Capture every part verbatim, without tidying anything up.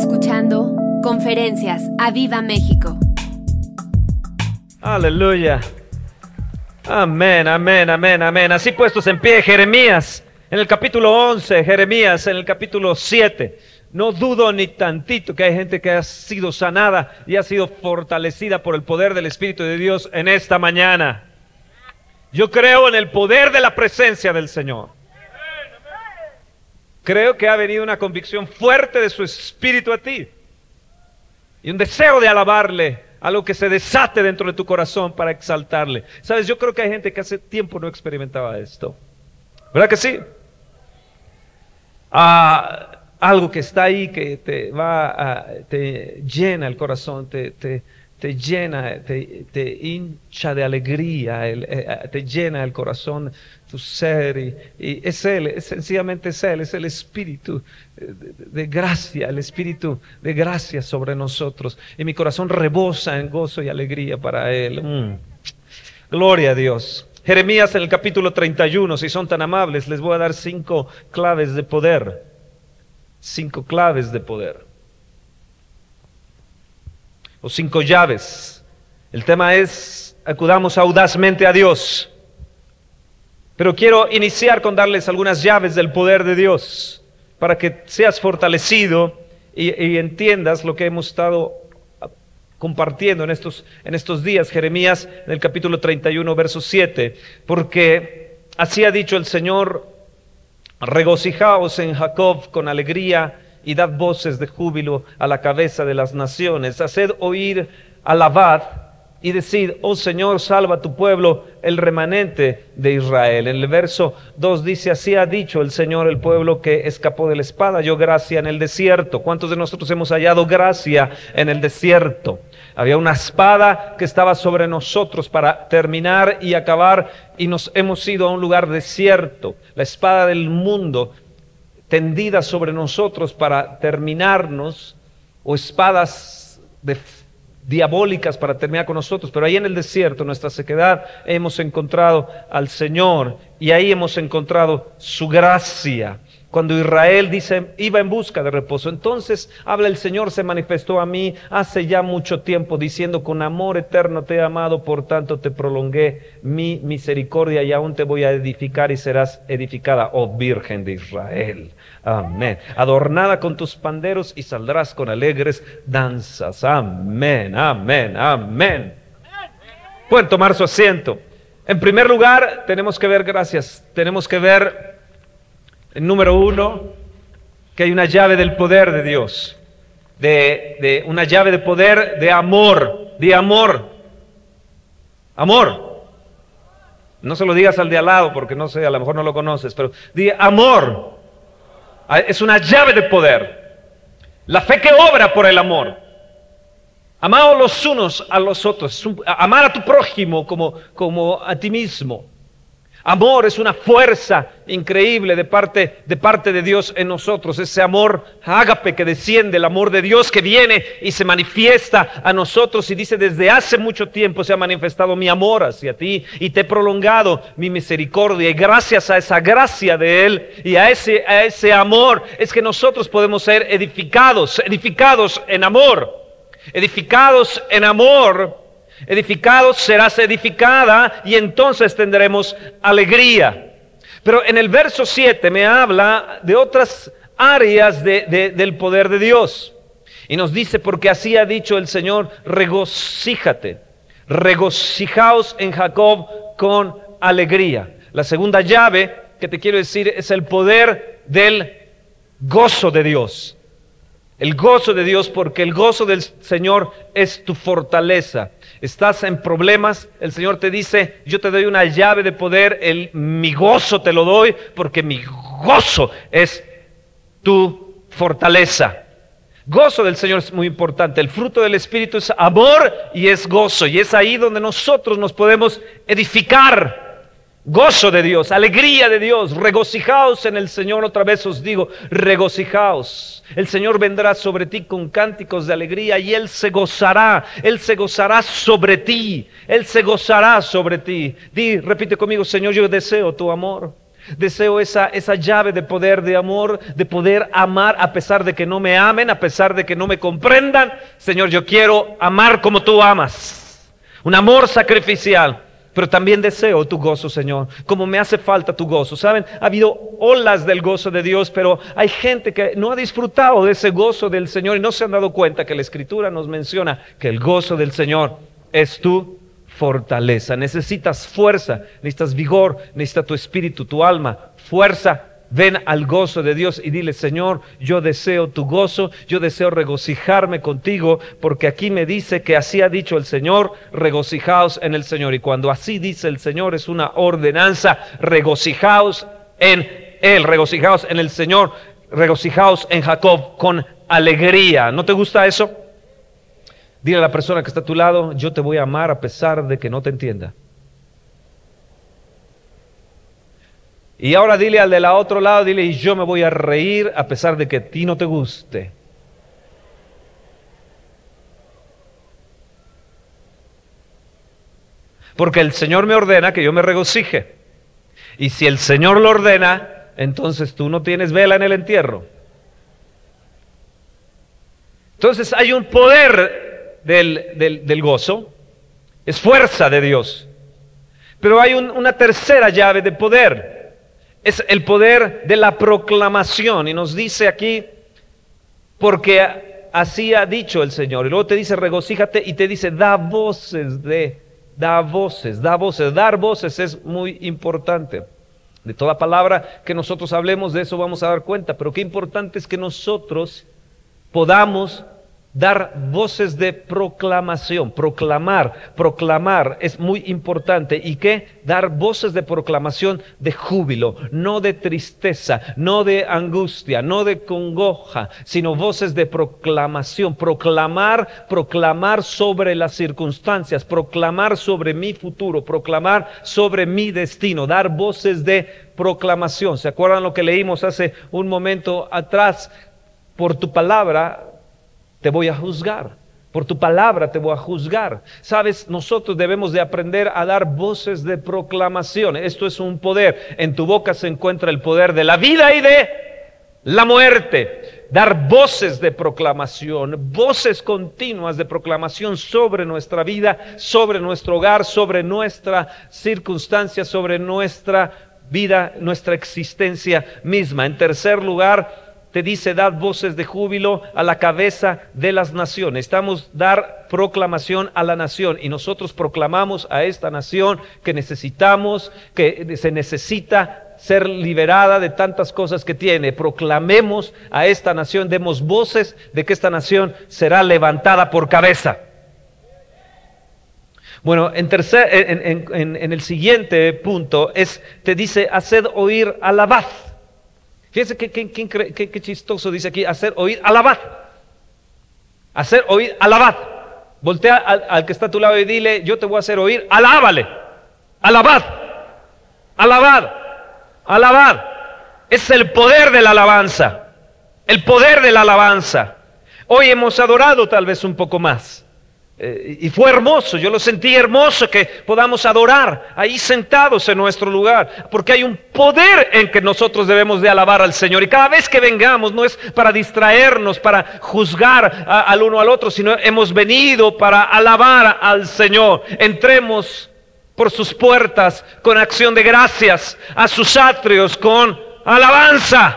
escuchando Conferencias a Viva México. Aleluya. Amén, amén, amén, amén. Así puestos en pie, Jeremías, en el capítulo once, Jeremías, en el capítulo siete. No dudo ni tantito que hay gente que ha sido sanada y ha sido fortalecida por el poder del Espíritu de Dios en esta mañana. Yo creo en el poder de la presencia del Señor. Creo que ha venido una convicción fuerte de su Espíritu a ti. Y un deseo de alabarle, algo que se desate dentro de tu corazón para exaltarle. Sabes, yo creo que hay gente que hace tiempo no experimentaba esto. ¿Verdad que sí? Ah, algo que está ahí, que te va, a, te llena el corazón, te, te, te llena, te, te hincha de alegría, el, eh, te llena el corazón, tu ser, y, y es Él, es, sencillamente es Él, es el Espíritu de, de gracia, el Espíritu de gracia sobre nosotros, y mi corazón rebosa en gozo y alegría para Él. Mm. Gloria a Dios. Jeremías en el capítulo treinta y uno, si son tan amables, les voy a dar cinco claves de poder, cinco claves de poder, o cinco llaves. El tema es, acudamos audazmente a Dios. Pero quiero iniciar con darles algunas llaves del poder de Dios, para que seas fortalecido y, y entiendas lo que hemos estado compartiendo en estos, en estos días. Jeremías, en el capítulo treinta y uno, verso siete, porque así ha dicho el Señor: regocijaos en Jacob con alegría y dad voces de júbilo a la cabeza de las naciones. Haced oír, alabad y decid: oh Señor, salva a tu pueblo, el remanente de Israel. En el verso dos dice: así ha dicho el Señor, el pueblo que escapó de la espada halló gracia en el desierto. ¿Cuántos de nosotros hemos hallado gracia en el desierto? Había una espada que estaba sobre nosotros para terminar y acabar, y nos hemos ido a un lugar desierto. La espada del mundo tendida sobre nosotros para terminarnos, o espadas de diabólicas para terminar con nosotros, pero ahí en el desierto, en nuestra sequedad, hemos encontrado al Señor, y ahí hemos encontrado su gracia. Cuando Israel dice, iba en busca de reposo, entonces habla el Señor: se manifestó a mí hace ya mucho tiempo, diciendo, con amor eterno te he amado, por tanto te prolongué mi misericordia, y aún te voy a edificar y serás edificada, oh Virgen de Israel. Amén. Adornada con tus panderos y saldrás con alegres danzas. Amén, amén, amén. Pueden tomar su asiento. En primer lugar, tenemos que ver, gracias, tenemos que ver, en número uno, que hay una llave del poder de Dios, de, de una llave de poder de amor, de amor, amor. No se lo digas al de al lado, porque no sé, a lo mejor no lo conoces, pero di amor. Es una llave de poder. La fe que obra por el amor. Amaos los unos a los otros. Amar a tu prójimo como, como a ti mismo. Amor es una fuerza increíble de parte, de parte de Dios en nosotros. Ese amor ágape que desciende, el amor de Dios que viene y se manifiesta a nosotros y dice: desde hace mucho tiempo se ha manifestado mi amor hacia ti y te he prolongado mi misericordia. Y gracias a esa gracia de Él y a ese, a ese amor es que nosotros podemos ser edificados, edificados en amor, edificados en amor. Edificados, serás edificada, y entonces tendremos alegría. Pero en el verso siete me habla de otras áreas de, de, del poder de Dios. Y nos dice: porque así ha dicho el Señor, regocíjate, regocijaos en Jacob con alegría. La segunda llave que te quiero decir es el poder del gozo de Dios. El gozo de Dios, porque el gozo del Señor es tu fortaleza. Estás en problemas, el Señor te dice: yo te doy una llave de poder, el, mi gozo te lo doy, porque mi gozo es tu fortaleza. Gozo del Señor es muy importante. El fruto del Espíritu es amor y es gozo, y es ahí donde nosotros nos podemos edificar. Gozo de Dios, alegría de Dios, regocijaos en el Señor. Otra vez os digo, regocijaos. El Señor vendrá sobre ti con cánticos de alegría y Él se gozará, Él se gozará sobre ti, Él se gozará sobre ti. Di, repite conmigo: Señor, yo deseo tu amor. Deseo esa, esa llave de poder, de amor, de poder amar a pesar de que no me amen, a pesar de que no me comprendan. Señor, yo quiero amar como tú amas. Un amor sacrificial. Pero también deseo tu gozo, Señor, como me hace falta tu gozo. ¿Saben? Ha habido olas del gozo de Dios, pero hay gente que no ha disfrutado de ese gozo del Señor y no se han dado cuenta que la Escritura nos menciona que el gozo del Señor es tu fortaleza. Necesitas fuerza, necesitas vigor, necesitas tu espíritu, tu alma, fuerza. Ven al gozo de Dios y dile: Señor, yo deseo tu gozo, yo deseo regocijarme contigo, porque aquí me dice que así ha dicho el Señor, regocijaos en el Señor. Y cuando así dice el Señor es una ordenanza: regocijaos en Él, regocijaos en el Señor, regocijaos en Jacob con alegría. ¿No te gusta eso? Dile a la persona que está a tu lado: yo te voy a amar a pesar de que no te entienda. Y ahora dile al de la otro lado, dile: y yo me voy a reír a pesar de que a ti no te guste. Porque el Señor me ordena que yo me regocije. Y si el Señor lo ordena, entonces tú no tienes vela en el entierro. Entonces hay un poder Del, del, del gozo, es fuerza de Dios. Pero hay un, una tercera llave de poder, es el poder de la proclamación. Y nos dice aquí: porque así ha dicho el Señor. Y luego te dice: regocíjate, y te dice: da voces de, da voces, da voces. Dar voces es muy importante. De toda palabra que nosotros hablemos, de eso vamos a dar cuenta. Pero qué importante es que nosotros podamos dar voces de proclamación, proclamar, proclamar es muy importante. ¿Y qué? Dar voces de proclamación de júbilo, no de tristeza, no de angustia, no de congoja, sino voces de proclamación. Proclamar, proclamar sobre las circunstancias, proclamar sobre mi futuro, proclamar sobre mi destino, dar voces de proclamación. ¿Se acuerdan lo que leímos hace un momento atrás? Por tu palabra te voy a juzgar, por tu palabra te voy a juzgar. Sabes, nosotros debemos de aprender a dar voces de proclamación. Esto es un poder. En tu boca se encuentra el poder de la vida y de la muerte. Dar voces de proclamación, voces continuas de proclamación sobre nuestra vida, sobre nuestro hogar, sobre nuestra circunstancia, sobre nuestra vida, nuestra existencia misma. En tercer lugar, te dice: dad voces de júbilo a la cabeza de las naciones. Estamos dar proclamación a la nación, y nosotros proclamamos a esta nación que necesitamos, que se necesita ser liberada de tantas cosas que tiene. Proclamemos a esta nación, demos voces de que esta nación será levantada por cabeza. Bueno, en, tercer, en, en, en, en el siguiente punto es, te dice: haced oír alabad. Fíjense qué, qué, qué, qué, qué chistoso dice aquí: hacer oír alabad. Hacer oír alabad. Voltea al, al que está a tu lado y dile: yo te voy a hacer oír, alábale. Alabad. Alabad. Alabad. Es el poder de la alabanza. El poder de la alabanza. Hoy hemos adorado tal vez un poco más. Eh, y fue hermoso, yo lo sentí hermoso que podamos adorar ahí sentados en nuestro lugar, porque hay un poder en que nosotros debemos de alabar al Señor. Y cada vez que vengamos no es para distraernos, para juzgar a, al uno al otro, sino hemos venido para alabar al Señor. Entremos por sus puertas con acción de gracias, a sus atrios con alabanza.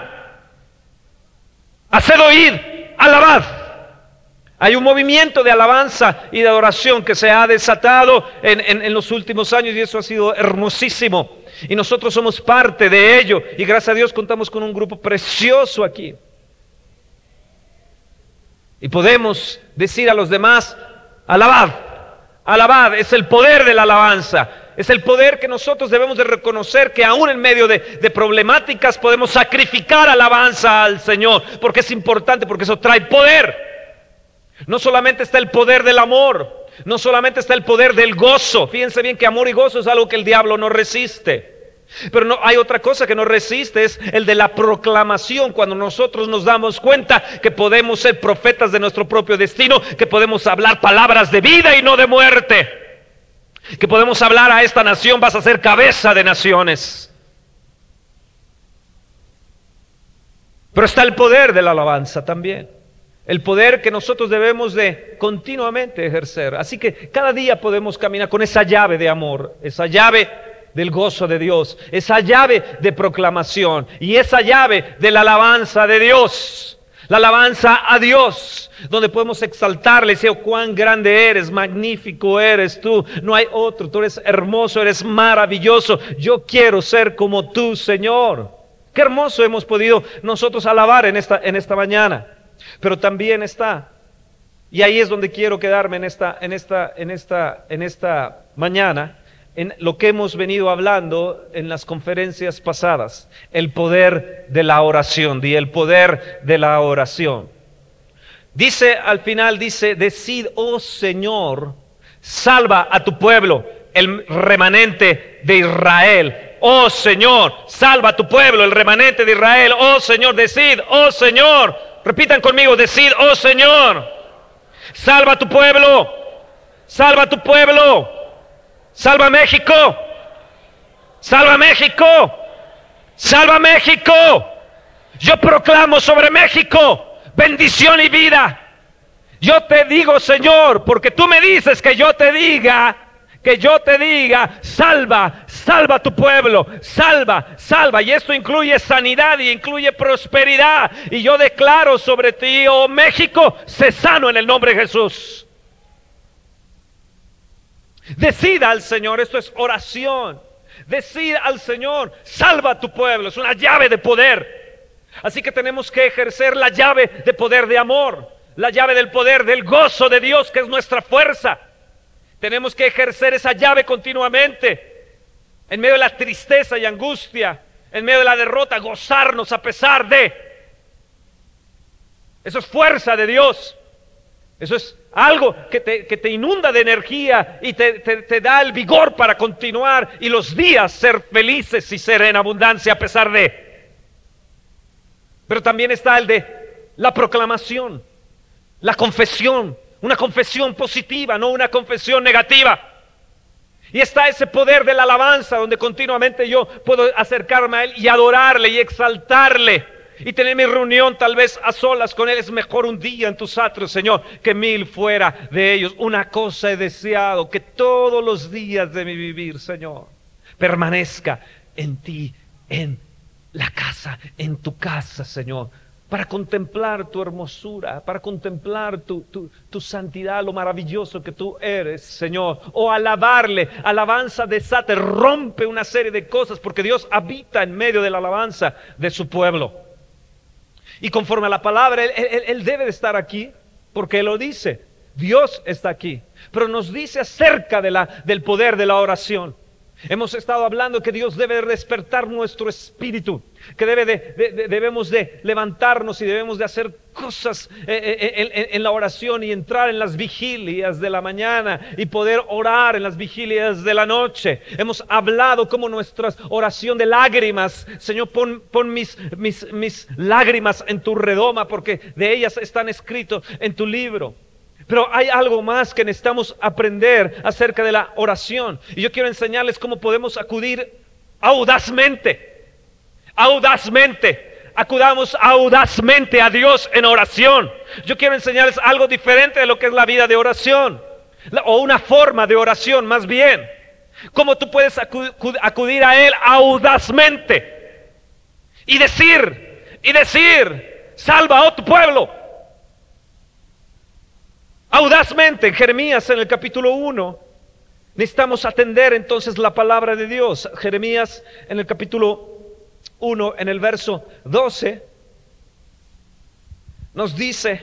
Haced oír, alabad. Hay un movimiento de alabanza y de adoración que se ha desatado en, en, en los últimos años, y eso ha sido hermosísimo. Y nosotros somos parte de ello, y gracias a Dios contamos con un grupo precioso aquí. Y podemos decir a los demás: alabad, alabad. Es el poder de la alabanza. Es el poder que nosotros debemos de reconocer, que aún en medio de, de problemáticas podemos sacrificar alabanza al Señor, porque es importante, porque eso trae poder. No solamente está el poder del amor, no solamente está el poder del gozo. Fíjense bien que amor y gozo es algo que el diablo no resiste. Pero no, hay otra cosa que no resiste, es el de la proclamación. Cuando nosotros nos damos cuenta que podemos ser profetas de nuestro propio destino, que podemos hablar palabras de vida y no de muerte, que podemos hablar a esta nación: vas a ser cabeza de naciones. Pero está el poder de la alabanza también. El poder que nosotros debemos de continuamente ejercer. Así que cada día podemos caminar con esa llave de amor, esa llave del gozo de Dios, esa llave de proclamación y esa llave de la alabanza de Dios. La alabanza a Dios, donde podemos exaltarle y decir, oh, cuán grande eres, magnífico eres tú, no hay otro, tú eres hermoso, eres maravilloso, yo quiero ser como tú, Señor. Qué hermoso hemos podido nosotros alabar en esta, en esta mañana. Pero también está, y ahí es donde quiero quedarme en esta, en esta, en esta, en esta mañana, en lo que hemos venido hablando en las conferencias pasadas, el poder de la oración, di el poder de la oración. Dice al final, dice, decid, oh Señor, salva a tu pueblo, el remanente de Israel. Oh Señor, salva a tu pueblo, el remanente de Israel. Oh Señor, decid, oh Señor. Repitan conmigo, decid, oh Señor, salva a tu pueblo, salva a tu pueblo, salva a México, salva a México, salva a México. Yo proclamo sobre México bendición y vida. Yo te digo, Señor, porque tú me dices que yo te diga, que yo te diga, salva, salva a tu pueblo, salva, salva. Y esto incluye sanidad y incluye prosperidad. Y yo declaro sobre ti, oh México, sé sano en el nombre de Jesús. Decida al Señor, esto es oración. Decida al Señor, salva a tu pueblo, es una llave de poder. Así que tenemos que ejercer la llave de poder de amor, la llave del poder del gozo de Dios, que es nuestra fuerza. Tenemos que ejercer esa llave continuamente. En medio de la tristeza y angustia, en medio de la derrota, gozarnos a pesar de. Eso es fuerza de Dios. Eso es algo que te, que te inunda de energía y te, te, te da el vigor para continuar y los días ser felices y ser en abundancia a pesar de. Pero también está el de la proclamación, la confesión. Una confesión positiva, no una confesión negativa. Y está ese poder de la alabanza, donde continuamente yo puedo acercarme a Él y adorarle y exaltarle. Y tener mi reunión tal vez a solas con Él. Es mejor un día en tus atrios, Señor, que mil fuera de ellos. Una cosa he deseado, que todos los días de mi vivir, Señor, permanezca en ti, en la casa, en tu casa, Señor. Para contemplar tu hermosura, para contemplar tu, tu, tu santidad, lo maravilloso que tú eres, Señor. O alabarle, alabanza desata, rompe una serie de cosas, porque Dios habita en medio de la alabanza de su pueblo. Y conforme a la palabra, Él, él, él debe de estar aquí, porque Él lo dice. Dios está aquí, pero nos dice acerca de la, del poder de la oración. Hemos estado hablando que Dios debe despertar nuestro espíritu, que debe de, de, de, debemos de levantarnos y debemos de hacer cosas eh, en, en, en la oración y entrar en las vigilias de la mañana y poder orar en las vigilias de la noche. Hemos hablado como nuestra oración de lágrimas, Señor, pon, pon mis, mis, mis lágrimas en tu redoma, porque de ellas están escritos en tu libro. Pero hay algo más que necesitamos aprender acerca de la oración. Y yo quiero enseñarles cómo podemos acudir audazmente. Audazmente. Acudamos audazmente a Dios en oración. Yo quiero enseñarles algo diferente de lo que es la vida de oración. O una forma de oración más bien. Cómo tú puedes acudir a Él audazmente. Y decir, y decir, salva a tu pueblo. Audazmente, en Jeremías en el capítulo uno, necesitamos atender entonces la palabra de Dios. Jeremías en el capítulo uno, en el verso doce, nos dice: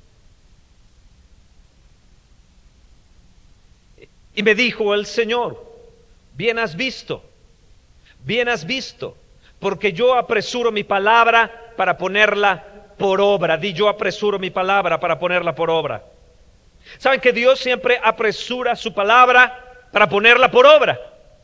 y me dijo el Señor, bien has visto, bien has visto, porque yo apresuro mi palabra para ponerla por obra. Di, yo apresuro mi palabra para ponerla por obra. ¿Saben que Dios siempre apresura su palabra para ponerla por obra?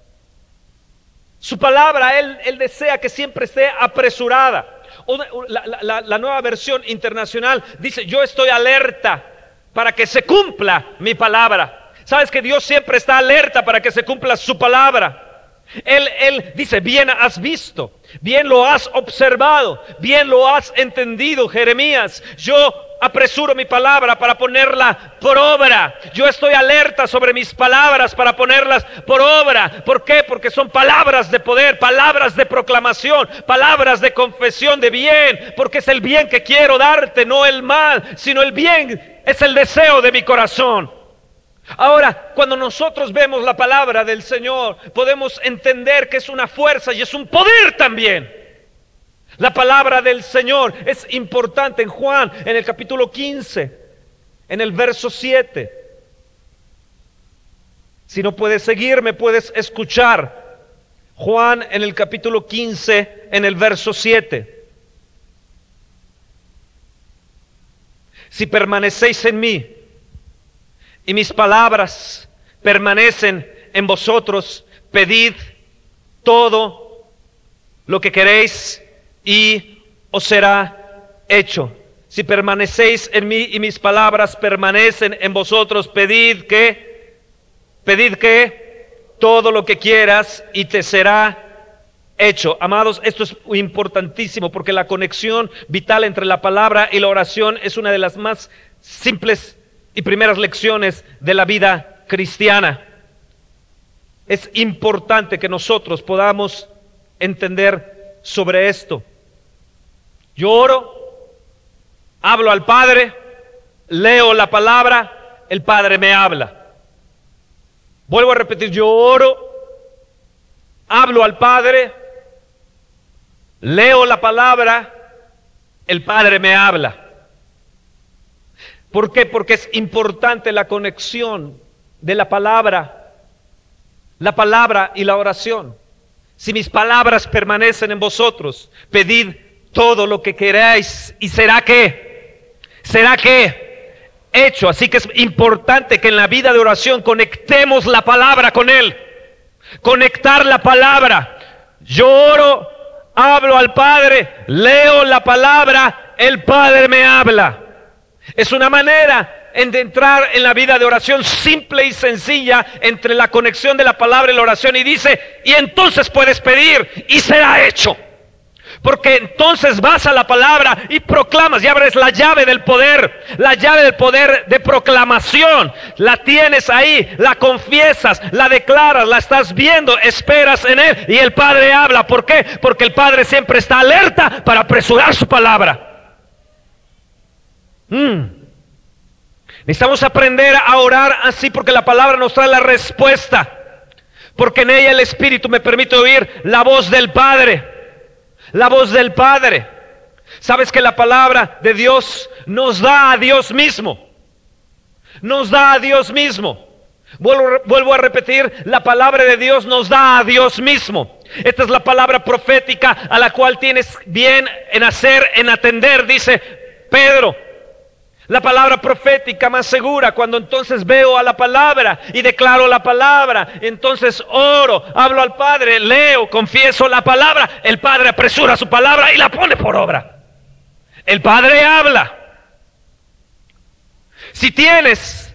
Su palabra, Él, él desea que siempre esté apresurada. La, la, la nueva versión internacional dice: yo estoy alerta para que se cumpla mi palabra. ¿Sabes que Dios siempre está alerta para que se cumpla su palabra? Él, él dice, bien has visto, bien lo has observado, bien lo has entendido, Jeremías. Yo apresuro mi palabra para ponerla por obra. Yo estoy alerta sobre mis palabras para ponerlas por obra. ¿Por qué? Porque son palabras de poder, palabras de proclamación, palabras de confesión de bien. Porque es el bien que quiero darte, no el mal, sino el bien es el deseo de mi corazón. Ahora, cuando nosotros vemos la palabra del Señor, podemos entender que es una fuerza y es un poder también. La palabra del Señor es importante. En Juan, en el capítulo quince, en el verso siete. Si no puedes seguirme, puedes escuchar. Juan, en el capítulo quince, en el verso siete. Si permanecéis en mí y mis palabras permanecen en vosotros, pedid todo lo que queréis y os será hecho. Si permanecéis en mí y mis palabras permanecen en vosotros, pedid que, pedid que, todo lo que quieras y te será hecho. Amados, esto es importantísimo porque la conexión vital entre la palabra y la oración es una de las más simples y primeras lecciones de la vida cristiana. Es importante que nosotros podamos entender sobre esto. Yo oro, hablo al Padre, leo la palabra, el Padre me habla. Vuelvo a repetir, yo oro, hablo al Padre, leo la palabra, el Padre me habla. ¿Por qué? Porque es importante la conexión de la palabra, la palabra y la oración. Si mis palabras permanecen en vosotros, pedid todo lo que queráis y será que, será que hecho. Así que es importante que en la vida de oración conectemos la palabra con Él. Conectar la palabra. Yo oro, hablo al Padre, leo la palabra, el Padre me habla. Es una manera de entrar en la vida de oración simple y sencilla entre la conexión de la palabra y la oración. Y dice, y entonces puedes pedir y será hecho. Porque entonces vas a la palabra y proclamas y abres la llave del poder, la llave del poder de proclamación. La tienes ahí, la confiesas, la declaras, la estás viendo, esperas en Él y el Padre habla. ¿Por qué? Porque el Padre siempre está alerta para apresurar su palabra. Mm. Necesitamos aprender a orar así porque la palabra nos trae la respuesta. Porque en ella el Espíritu me permite oír la voz del Padre. La voz del Padre. ¿Sabes que la palabra de Dios nos da a Dios mismo? Nos da a Dios mismo. Vuelvo, vuelvo a repetir, la palabra de Dios nos da a Dios mismo. Esta es la palabra profética a la cual tienes bien en hacer, en atender, dice Pedro. La palabra profética más segura, cuando entonces veo a la palabra y declaro la palabra, entonces oro, hablo al Padre, leo, confieso la palabra, el Padre apresura su palabra y la pone por obra. El Padre habla. Si tienes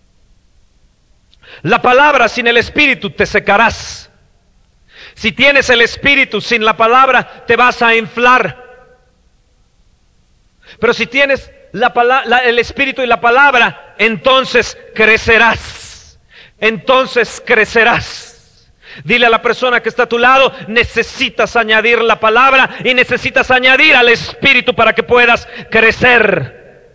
la palabra sin el Espíritu, te secarás. Si tienes el Espíritu sin la palabra, te vas a inflar. Pero si tienes La, la, el Espíritu y la palabra, entonces crecerás. Entonces crecerás. Dile a la persona que está a tu lado, necesitas añadir la palabra y necesitas añadir al Espíritu para que puedas crecer.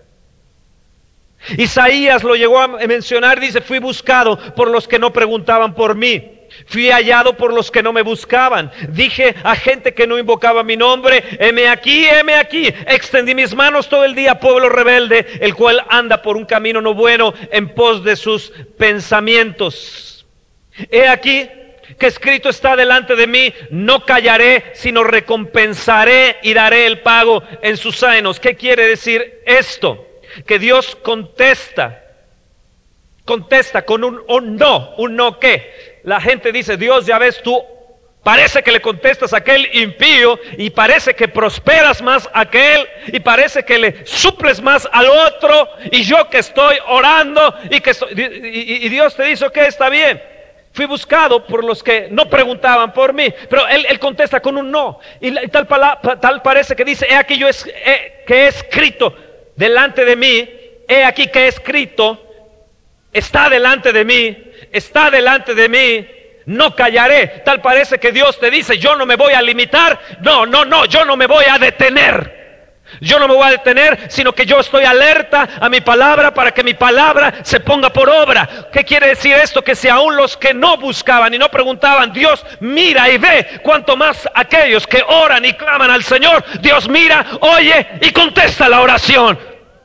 Isaías lo llegó a mencionar, dice, fui buscado por los que no preguntaban por mí. Fui hallado por los que no me buscaban. Dije a gente que no invocaba mi nombre, heme aquí, heme aquí. Extendí mis manos todo el día, pueblo rebelde, el cual anda por un camino no bueno en pos de sus pensamientos. He aquí que escrito está delante de mí, no callaré, sino recompensaré y daré el pago en sus senos. ¿Qué quiere decir esto? Que Dios contesta, contesta con un, un no, un no qué. La gente dice, Dios, ya ves, tú parece que le contestas a aquel impío y parece que prosperas más a aquel y parece que le suples más al otro y yo que estoy orando y que estoy, y, y, y Dios te dice, ok, está bien. Fui buscado por los que no preguntaban por mí. Pero él, él contesta con un no. Y, y tal, pala, tal parece que dice, he aquí yo es, he, que he escrito delante de mí, he aquí que he escrito, está delante de mí, está delante de mí, no callaré. Tal parece que Dios te dice, yo no me voy a limitar, no, no, no, yo no me voy a detener. Yo no me voy a detener, sino que yo estoy alerta a mi palabra para que mi palabra se ponga por obra. ¿Qué quiere decir esto? Que si aún los que no buscaban y no preguntaban, Dios mira y ve, cuanto más aquellos que oran y claman al Señor, Dios mira, oye y contesta la oración.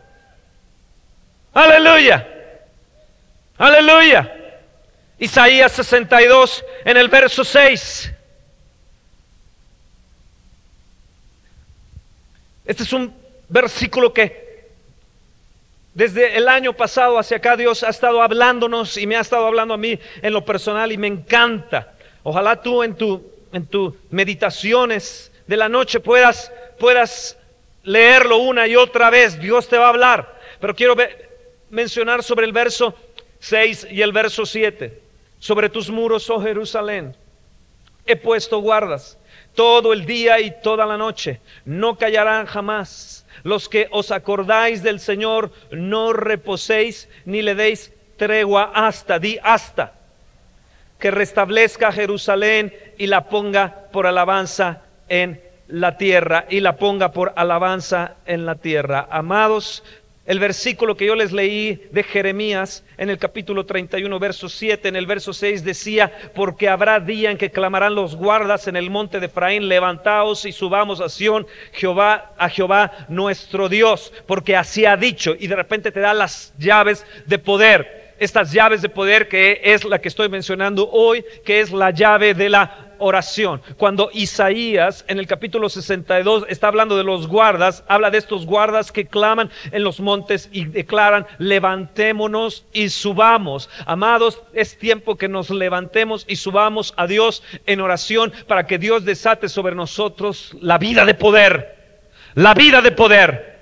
Aleluya, aleluya. Isaías sesenta y dos en el verso seis. Este es un versículo que desde el año pasado hacia acá Dios ha estado hablándonos y me ha estado hablando a mí en lo personal y me encanta. Ojalá tú en tu en tus meditaciones de la noche puedas puedas leerlo una y otra vez. Dios te va a hablar. Pero quiero ver, mencionar sobre el verso seis y el verso siete. Sobre tus muros, oh Jerusalén, he puesto guardas todo el día y toda la noche, no callarán jamás. Los que os acordáis del Señor, no reposéis ni le deis tregua hasta, di hasta, que restablezca Jerusalén y la ponga por alabanza en la tierra, y la ponga por alabanza en la tierra. Amados, el versículo que yo les leí de Jeremías en el capítulo treinta y uno, verso siete, en el verso seis decía, porque habrá día en que clamarán los guardas en el monte de Efraín, levantaos y subamos a Sión, Jehová, a Jehová nuestro Dios, porque así ha dicho. Y de repente te da las llaves de poder, estas llaves de poder que es la que estoy mencionando hoy, que es la llave de la oración. Cuando Isaías en el capítulo sesenta y dos está hablando de los guardas, habla de estos guardas que claman en los montes y declaran, levantémonos y subamos. Amados, es tiempo que nos levantemos y subamos a Dios en oración para que Dios desate sobre nosotros la vida de poder, la vida de poder.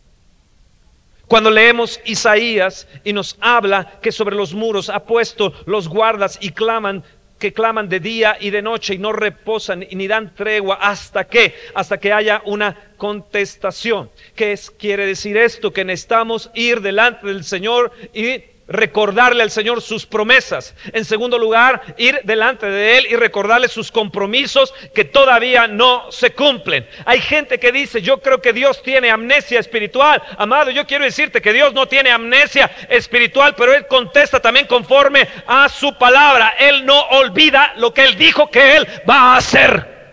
Cuando leemos Isaías y nos habla que sobre los muros ha puesto los guardas y claman, que claman de día y de noche y no reposan y ni dan tregua hasta que, hasta que haya una contestación. ¿Qué es, quiere decir esto? Que necesitamos ir delante del Señor y recordarle al Señor sus promesas. En segundo lugar, ir delante de Él y recordarle sus compromisos que todavía no se cumplen. Hay gente que dice, yo creo que Dios tiene amnesia espiritual. Amado, yo quiero decirte que Dios no tiene amnesia espiritual, pero Él contesta también conforme a su palabra. Él no olvida lo que Él dijo que Él va a hacer,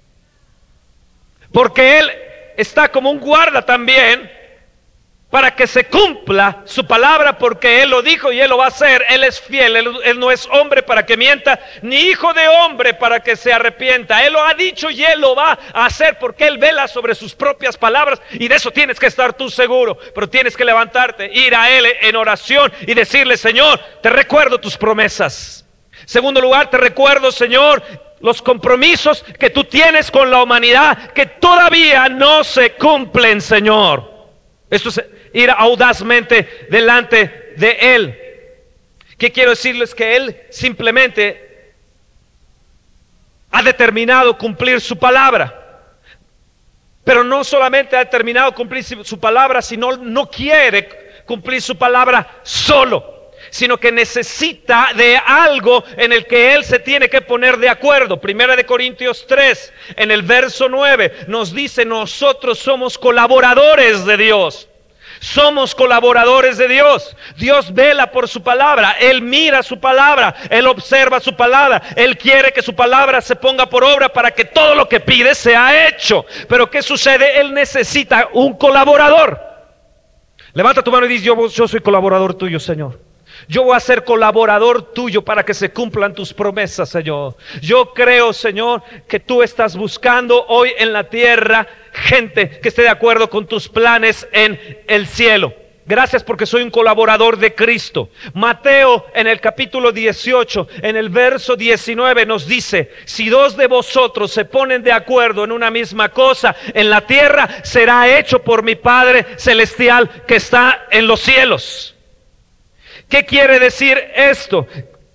porque Él está como un guarda también para que se cumpla su palabra, porque Él lo dijo y Él lo va a hacer. Él es fiel, Él, él no es hombre para que mienta, ni hijo de hombre para que se arrepienta. Él lo ha dicho y Él lo va a hacer, porque Él vela sobre sus propias palabras, y de eso tienes que estar tú seguro. Pero tienes que levantarte, ir a Él en oración y decirle, Señor, te recuerdo tus promesas. Segundo lugar, te recuerdo, Señor, los compromisos que tú tienes con la humanidad que todavía no se cumplen, Señor. Esto es ir audazmente delante de Él. ¿Qué quiero decirles? Que Él simplemente ha determinado cumplir su palabra. Pero no solamente ha determinado cumplir su palabra, sino no quiere cumplir su palabra solo, sino que necesita de algo en el que Él se tiene que poner de acuerdo. Primera de Corintios tres, en el verso nueve, nos dice, nosotros somos colaboradores de Dios. Somos colaboradores de Dios. Dios vela por su palabra, Él mira su palabra, Él observa su palabra, Él quiere que su palabra se ponga por obra para que todo lo que pide sea hecho. Pero ¿qué sucede? Él necesita un colaborador. Levanta tu mano y dice, yo, yo soy colaborador tuyo, Señor. Yo voy a ser colaborador tuyo para que se cumplan tus promesas, Señor. Yo creo, Señor, que tú estás buscando hoy en la tierra gente que esté de acuerdo con tus planes en el cielo. Gracias porque soy un colaborador de Cristo. Mateo en el capítulo dieciocho, en el verso diecinueve nos dice, si dos de vosotros se ponen de acuerdo en una misma cosa en la tierra, será hecho por mi Padre celestial que está en los cielos. ¿Qué quiere decir esto?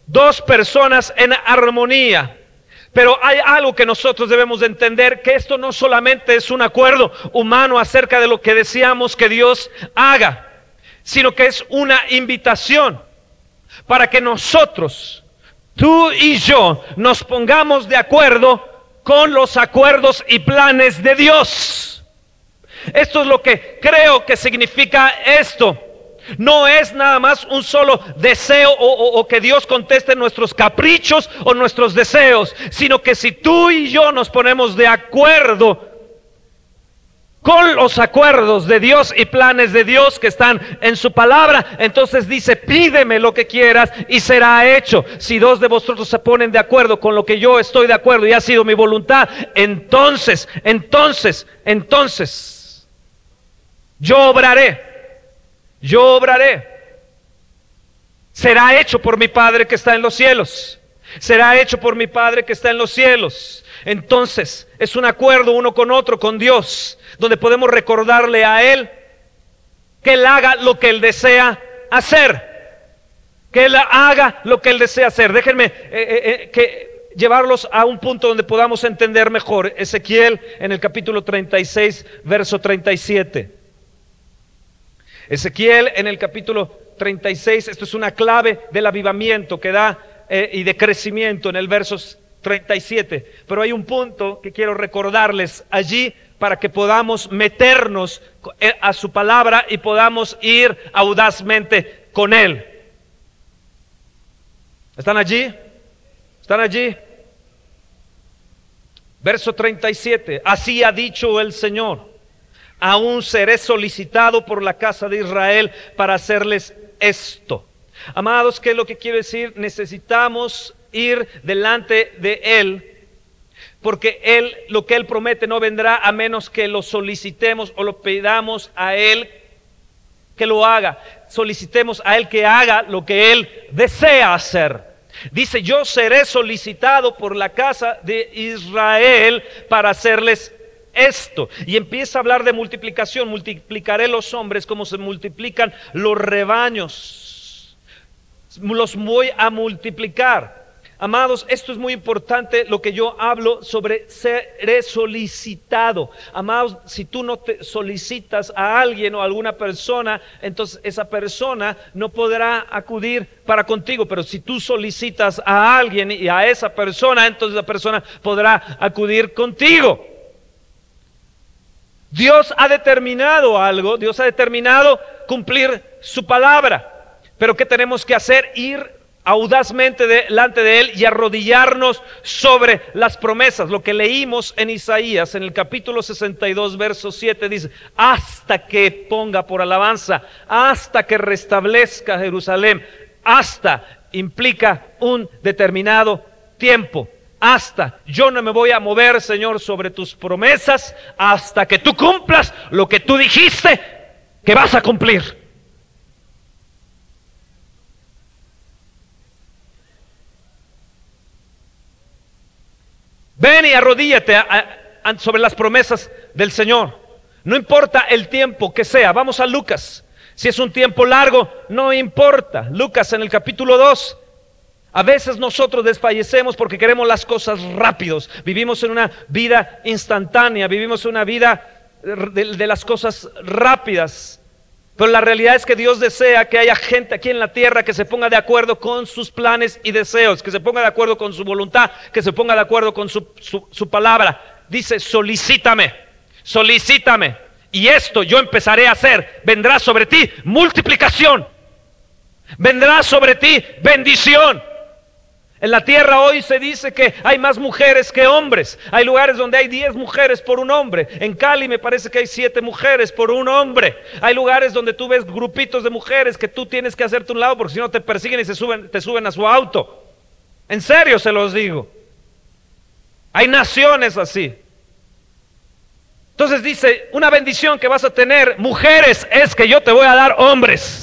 dos personas en armonía. Pero hay algo que nosotros debemos de entender, que esto no solamente es un acuerdo humano acerca de lo que deseamos que Dios haga, sino que es una invitación para que nosotros, tú y yo, nos pongamos de acuerdo con los acuerdos y planes de Dios. Esto es lo que creo que significa esto. No es nada más un solo deseo o, o, o que Dios conteste nuestros caprichos o nuestros deseos, sino que si tú y yo nos ponemos de acuerdo con los acuerdos de Dios y planes de Dios que están en su palabra, entonces dice, pídeme lo que quieras y será hecho. Si dos de vosotros se ponen de acuerdo con lo que yo estoy de acuerdo y ha sido mi voluntad, entonces, entonces, entonces, yo obraré. Yo obraré. Será hecho por mi Padre que está en los cielos. Será hecho por mi Padre que está en los cielos. Entonces, es un acuerdo uno con otro, con Dios, donde podemos recordarle a Él que Él haga lo que Él desea hacer. Que Él haga lo que Él desea hacer. Déjenme eh, eh, eh, que llevarlos a un punto donde podamos entender mejor. Ezequiel en el capítulo treinta y seis, verso treinta y siete. Ezequiel en el capítulo treinta y seis, esto es una clave del avivamiento que da eh, y de crecimiento en el verso treinta y siete. Pero hay un punto que quiero recordarles allí para que podamos meternos a su palabra y podamos ir audazmente con Él. ¿Están allí? ¿Están allí? Verso treinta y siete. Así ha dicho el Señor: aún seré solicitado por la casa de Israel para hacerles esto. Amados, ¿qué es lo que quiero decir? Necesitamos ir delante de Él, porque Él, lo que Él promete no vendrá a menos que lo solicitemos o lo pidamos a Él que lo haga. Solicitemos a Él que haga lo que Él desea hacer. Dice, yo seré solicitado por la casa de Israel para hacerles esto. Y empieza a hablar de multiplicación. Multiplicaré los hombres como se multiplican los rebaños. Los voy a multiplicar. Amados, esto es muy importante lo que yo hablo sobre seré solicitado. Amados, si tú no te solicitas a alguien o a alguna persona, entonces esa persona no podrá acudir para contigo. Pero si tú solicitas a alguien y a esa persona, entonces la persona podrá acudir contigo. Dios ha determinado algo, Dios ha determinado cumplir su palabra. Pero ¿qué tenemos que hacer? Ir audazmente delante de Él y arrodillarnos sobre las promesas. Lo que leímos en Isaías, en el capítulo sesenta y dos, verso siete, dice, hasta que ponga por alabanza, hasta que restablezca Jerusalén. Hasta implica un determinado tiempo. Hasta, yo no me voy a mover, Señor, sobre tus promesas hasta que tú cumplas lo que tú dijiste que vas a cumplir. Ven y arrodíllate a, a, a, sobre las promesas del Señor. No importa el tiempo que sea. Vamos a Lucas. Si es un tiempo largo, no importa. Lucas en el capítulo dos. A veces nosotros desfallecemos porque queremos las cosas rápidos. Vivimos en una vida instantánea, vivimos en una vida de, de las cosas rápidas. Pero la realidad es que Dios desea que haya gente aquí en la tierra que se ponga de acuerdo con sus planes y deseos, que se ponga de acuerdo con su voluntad, que se ponga de acuerdo con su, su, su palabra. Dice, solicítame, solicítame, y esto yo empezaré a hacer. Vendrá sobre ti multiplicación, vendrá sobre ti bendición. En la tierra hoy se dice que hay más mujeres que hombres. Hay lugares donde hay diez mujeres por un hombre. En Cali me parece que hay siete mujeres por un hombre. Hay lugares donde tú ves grupitos de mujeres que tú tienes que hacerte un lado porque si no te persiguen y se suben, te suben a su auto. En serio se los digo. Hay naciones así. Entonces dice, una bendición que vas a tener, mujeres, es que yo te voy a dar hombres.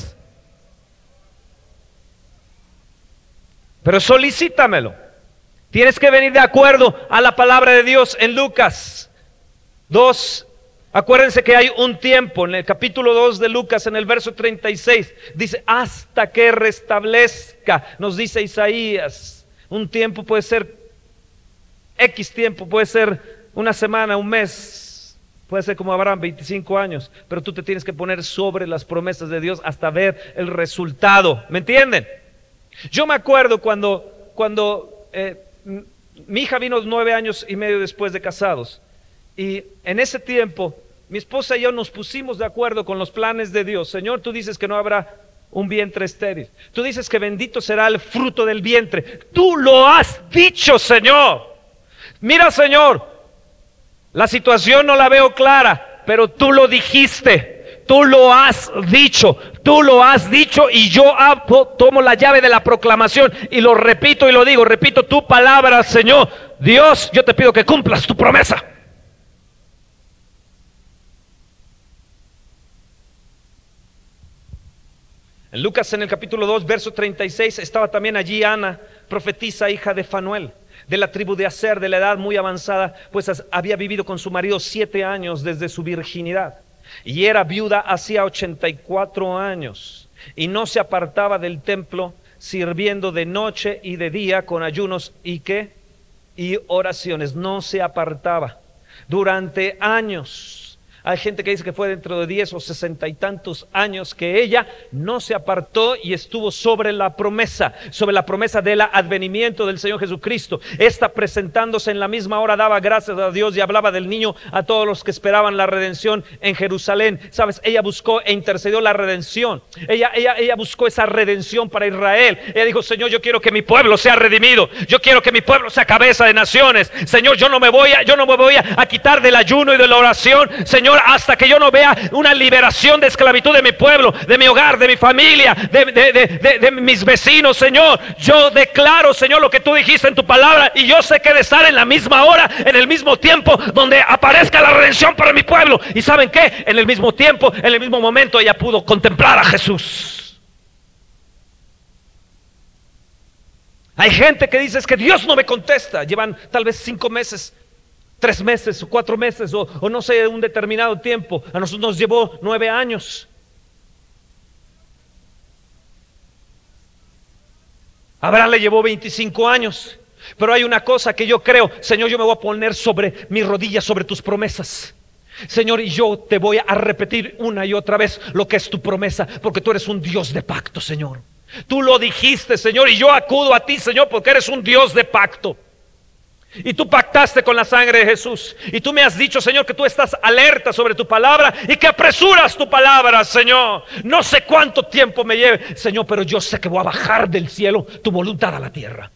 Pero solicítamelo. Tienes que venir de acuerdo a la palabra de Dios en Lucas dos, Acuérdense que hay un tiempo, en el capítulo dos de Lucas, en el verso treinta y seis, dice, hasta que restablezca, nos dice Isaías. Un tiempo puede ser X tiempo, puede ser una semana, un mes, puede ser como Abraham, veinticinco años, pero tú te tienes que poner sobre las promesas de Dios hasta ver el resultado, ¿me entienden? Yo me acuerdo cuando, cuando eh, mi hija vino nueve años y medio después de casados, y en ese tiempo mi esposa y yo nos pusimos de acuerdo con los planes de Dios. Señor, tú dices que no habrá un vientre estéril. Tú dices que bendito será el fruto del vientre. Tú lo has dicho, Señor. Mira, Señor, la situación no la veo clara, pero tú lo dijiste. Tú lo has dicho. Tú lo has dicho y yo tomo la llave de la proclamación y lo repito y lo digo. Repito tu palabra, Señor. Dios, yo te pido que cumplas tu promesa. En Lucas, en el capítulo dos, verso treinta y seis, estaba también allí Ana, profetisa, hija de Fanuel, de la tribu de Aser, de la edad muy avanzada, pues había vivido con su marido siete años desde su virginidad, y era viuda hacía ochenta y cuatro años, y no se apartaba del templo, sirviendo de noche y de día con ayunos y qué, y oraciones. No se apartaba durante años. Hay gente que dice que fue dentro de diez o sesenta y tantos años que ella no se apartó y estuvo sobre la promesa, sobre la promesa del advenimiento del Señor Jesucristo. Esta, presentándose en la misma hora, daba gracias a Dios y hablaba del niño a todos los que esperaban la redención en Jerusalén. Sabes, ella buscó e intercedió la redención. Ella, ella, ella buscó esa redención para Israel. Ella dijo, Señor, yo quiero que mi pueblo sea redimido. Yo quiero que mi pueblo sea cabeza de naciones. Señor, yo no me voy a, yo no me voy a, a quitar del ayuno y de la oración, Señor, hasta que yo no vea una liberación de esclavitud de mi pueblo, de mi hogar, de mi familia, de, de, de, de, de mis vecinos. Señor, yo declaro, Señor, lo que tú dijiste en tu palabra, y yo sé que de estar en la misma hora, en el mismo tiempo, donde aparezca la redención para mi pueblo. Y ¿saben qué? En el mismo tiempo, en el mismo momento, ella pudo contemplar a Jesús. Hay gente que dice, es que Dios no me contesta. Llevan tal vez cinco meses, tres meses o cuatro meses o, o no sé, un determinado tiempo. A nosotros nos llevó nueve años. A Abraham le llevó veinticinco años. Pero hay una cosa que yo creo, Señor, yo me voy a poner sobre mis rodillas, sobre tus promesas, Señor, y yo te voy a repetir una y otra vez lo que es tu promesa, porque tú eres un Dios de pacto, Señor. Tú lo dijiste, Señor, y yo acudo a ti, Señor, porque eres un Dios de pacto. Y tú pactaste con la sangre de Jesús. Y tú me has dicho, Señor, que tú estás alerta sobre tu palabra y que apresuras tu palabra, Señor. No sé cuánto tiempo me lleve, Señor, pero yo sé que voy a bajar del cielo tu voluntad a la tierra.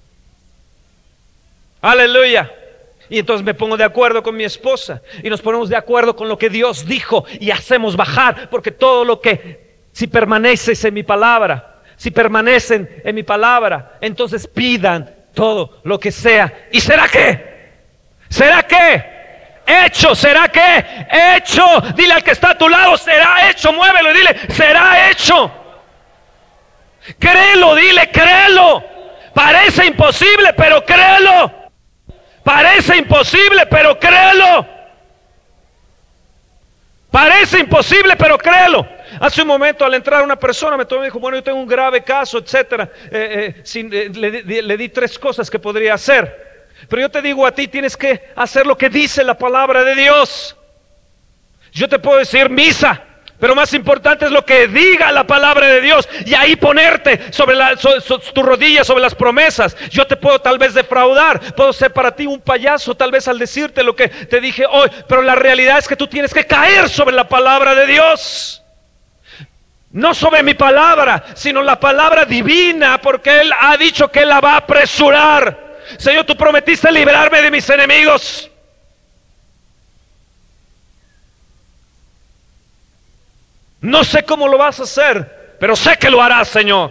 Aleluya. Y entonces me pongo de acuerdo con mi esposa y nos ponemos de acuerdo con lo que Dios dijo y hacemos bajar, porque todo lo que, si permaneces en mi palabra, si permanecen en mi palabra, entonces pidan todo lo que sea. ¿Y será qué? ¿Será qué? Hecho, ¿será qué? Hecho. Dile al que está a tu lado, será hecho. Muévelo y dile, será hecho. Créelo, dile, créelo. Parece imposible, pero créelo. Parece imposible, pero créelo. Parece imposible, pero créelo. Hace un momento, al entrar una persona me tomó y me dijo, bueno, yo tengo un grave caso, etcétera. Eh, eh, sin, eh, le, le, le di tres cosas que podría hacer. Pero yo te digo a ti, tienes que hacer lo que dice la palabra de Dios. Yo te puedo decir misa, pero más importante es lo que diga la palabra de Dios. Y ahí ponerte sobre la, so, so, tus rodillas, sobre las promesas. Yo te puedo tal vez defraudar, puedo ser para ti un payaso tal vez al decirte lo que te dije hoy, pero la realidad es que tú tienes que caer sobre la palabra de Dios. No sobre mi palabra, sino la palabra divina, porque Él ha dicho que Él la va a apresurar. Señor, tú prometiste librarme de mis enemigos. No sé cómo lo vas a hacer, pero sé que lo harás, Señor.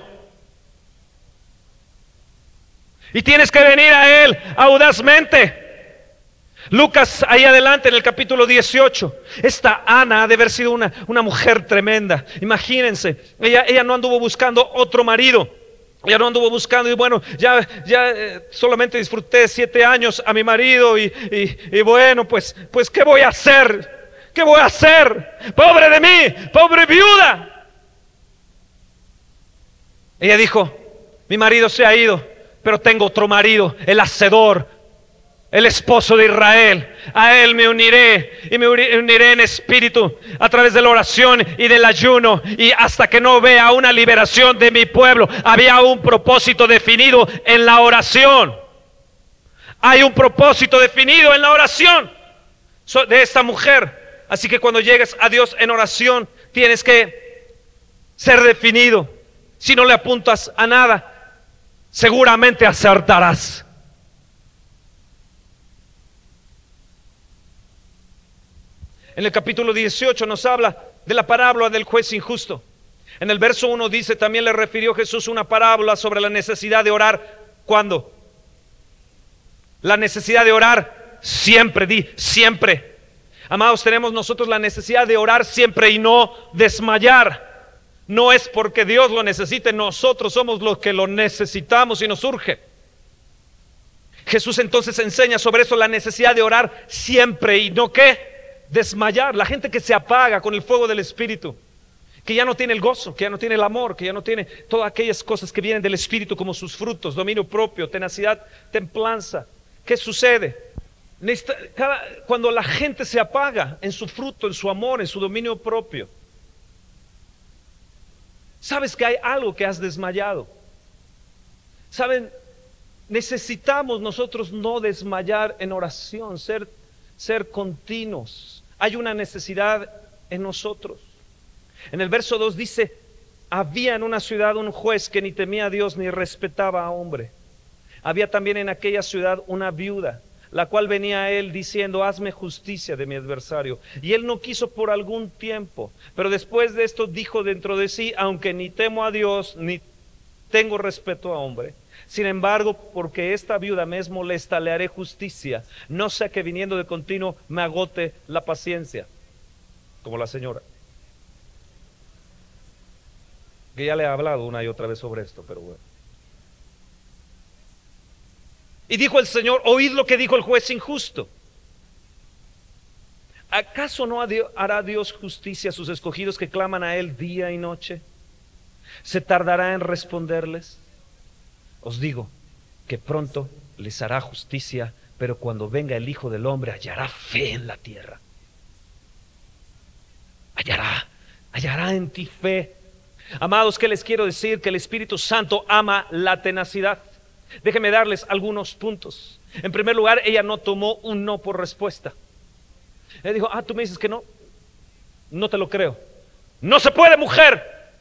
Y tienes que venir a Él audazmente. Lucas, ahí adelante en el capítulo dieciocho, esta Ana ha de haber sido una, una mujer tremenda. Imagínense, ella, ella no anduvo buscando otro marido. Ella no anduvo buscando y bueno, ya, ya eh, solamente disfruté siete años a mi marido y, y, y bueno, pues, pues ¿qué voy a hacer? ¿Qué voy a hacer? Pobre de mí, pobre viuda. Ella dijo, mi marido se ha ido, pero tengo otro marido, el hacedor, el esposo de Israel. A él me uniré y me uniré en espíritu a través de la oración y del ayuno, y hasta que no vea una liberación de mi pueblo. Había un propósito definido en la oración. Hay un propósito definido en la oración de esta mujer. Así que cuando llegues a Dios en oración, tienes que ser definido. Si no le apuntas a nada, seguramente acertarás. En el capítulo dieciocho nos habla de la parábola del juez injusto. En el verso uno dice, también le refirió Jesús una parábola sobre la necesidad de orar. ¿Cuándo? La necesidad de orar siempre, di, siempre. Amados, tenemos nosotros la necesidad de orar siempre y no desmayar. No es porque Dios lo necesite, nosotros somos los que lo necesitamos y nos urge. Jesús entonces enseña sobre eso, la necesidad de orar siempre y no ¿qué? Desmayar. La gente que se apaga con el fuego del Espíritu, que ya no tiene el gozo, que ya no tiene el amor, que ya no tiene todas aquellas cosas que vienen del Espíritu como sus frutos, dominio propio, tenacidad, templanza. ¿Qué sucede? Cada, cuando la gente se apaga en su fruto, en su amor, en su dominio propio, sabes que hay algo que has desmayado. Saben, necesitamos nosotros no desmayar en oración, ser, ser continuos. Hay una necesidad en nosotros. En el verso dos dice, había en una ciudad un juez que ni temía a Dios ni respetaba a hombre. Había también en aquella ciudad una viuda, la cual venía a él diciendo, hazme justicia de mi adversario. Y él no quiso por algún tiempo, pero después de esto dijo dentro de sí, aunque ni temo a Dios, ni tengo respeto a hombre, sin embargo, porque esta viuda me es molesta, le haré justicia, no sea que viniendo de continuo me agote la paciencia, como la señora, que ya le he hablado una y otra vez sobre esto, pero bueno. Y dijo el Señor, oíd lo que dijo el juez injusto. ¿Acaso no hará Dios justicia a sus escogidos que claman a Él día y noche? ¿Se tardará en responderles? Os digo que pronto les hará justicia, pero cuando venga el Hijo del Hombre hallará fe en la tierra. Hallará, hallará en ti fe. Amados, ¿qué les quiero decir? Que el Espíritu Santo ama la tenacidad. Déjenme darles algunos puntos. En primer lugar, ella no tomó un no por respuesta. Ella dijo, ah, tú me dices que no, no te lo creo. No se puede, mujer.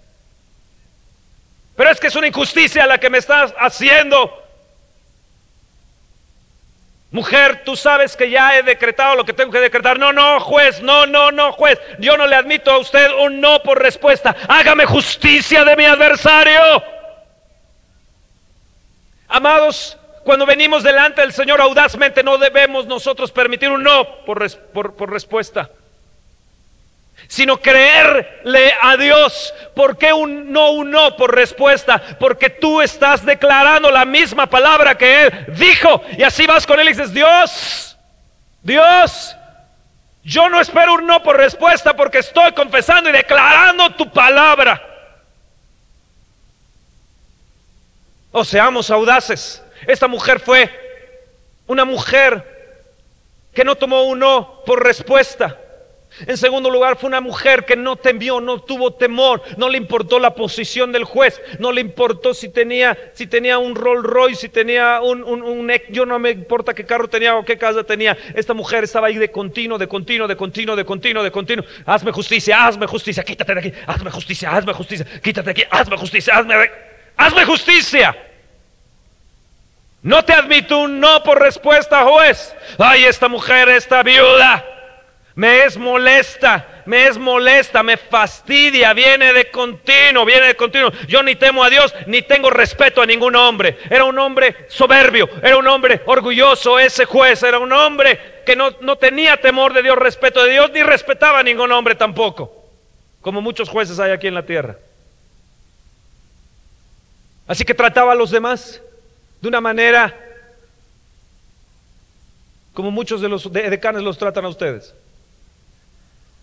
Pero es que es una injusticia la que me estás haciendo. Mujer, tú sabes que ya he decretado lo que tengo que decretar. No, no, juez, no, no, no, juez. Yo no le admito a usted un no por respuesta. Hágame justicia de mi adversario. Amados, cuando venimos delante del Señor audazmente, no debemos nosotros permitir un no por, res, por, por respuesta, sino creerle a Dios. ¿Por qué un no, un no por respuesta? Porque tú estás declarando la misma palabra que Él dijo, y así vas con Él y dices, Dios, Dios, yo no espero un no por respuesta porque estoy confesando y declarando tu palabra. O seamos audaces. Esta mujer fue una mujer que no tomó un no por respuesta. En segundo lugar, fue una mujer que no temió, no tuvo temor, no le importó la posición del juez, no le importó si tenía, si tenía un Rolls Royce, si tenía un, un, un, yo no me importa qué carro tenía o qué casa tenía. Esta mujer estaba ahí de continuo, de continuo, de continuo, de continuo, de continuo. Hazme justicia, hazme justicia, quítate de aquí, hazme justicia, hazme justicia, quítate de aquí, hazme justicia, hazme de aquí. Hazme justicia. No te admito un no por respuesta, juez. Ay, esta mujer, esta viuda, me es molesta, me es molesta, me fastidia, viene de continuo, viene de continuo. Yo ni temo a Dios, ni tengo respeto a ningún hombre. Era un hombre soberbio, era un hombre orgulloso ese juez, era un hombre que no, no tenía temor de Dios, respeto de Dios, ni respetaba a ningún hombre tampoco, como muchos jueces hay aquí en la tierra. Así que trataba a los demás de una manera como muchos de los decanes los tratan a ustedes.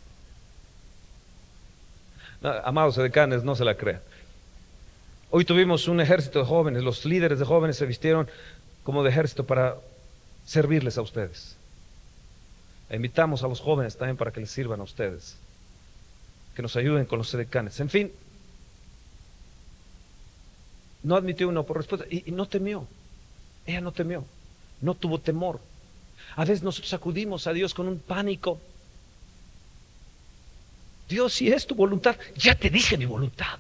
No, amados edecanes, no se la crean. Hoy tuvimos un ejército de jóvenes, los líderes de jóvenes se vistieron como de ejército para servirles a ustedes. E invitamos a los jóvenes también para que les sirvan a ustedes, que nos ayuden con los edecanes. En fin, no admitió una por respuesta y, y no temió. Ella no temió, no tuvo temor. A veces nosotros acudimos a Dios con un pánico. Dios, si es tu voluntad, ya te dije mi voluntad.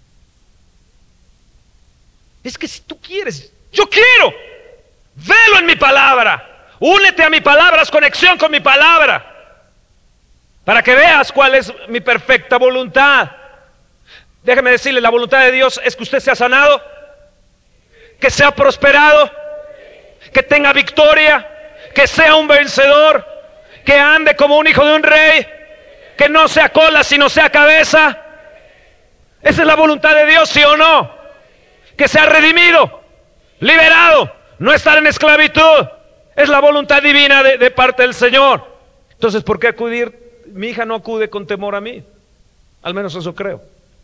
Es que si tú quieres, yo quiero. Velo en mi palabra. Únete a mi palabra, haz conexión con mi palabra, para que veas cuál es mi perfecta voluntad. Déjeme decirle, la voluntad de Dios es que usted sea sanado, que sea prosperado, que tenga victoria, que sea un vencedor, que ande como un hijo de un rey, que no sea cola sino sea cabeza. Esa es la voluntad de Dios, ¿sí o no? Que sea redimido, liberado, no estar en esclavitud. Es la voluntad divina de, de parte del Señor. Entonces, ¿por qué acudir? Mi hija no acude con temor a mí, al menos eso creo.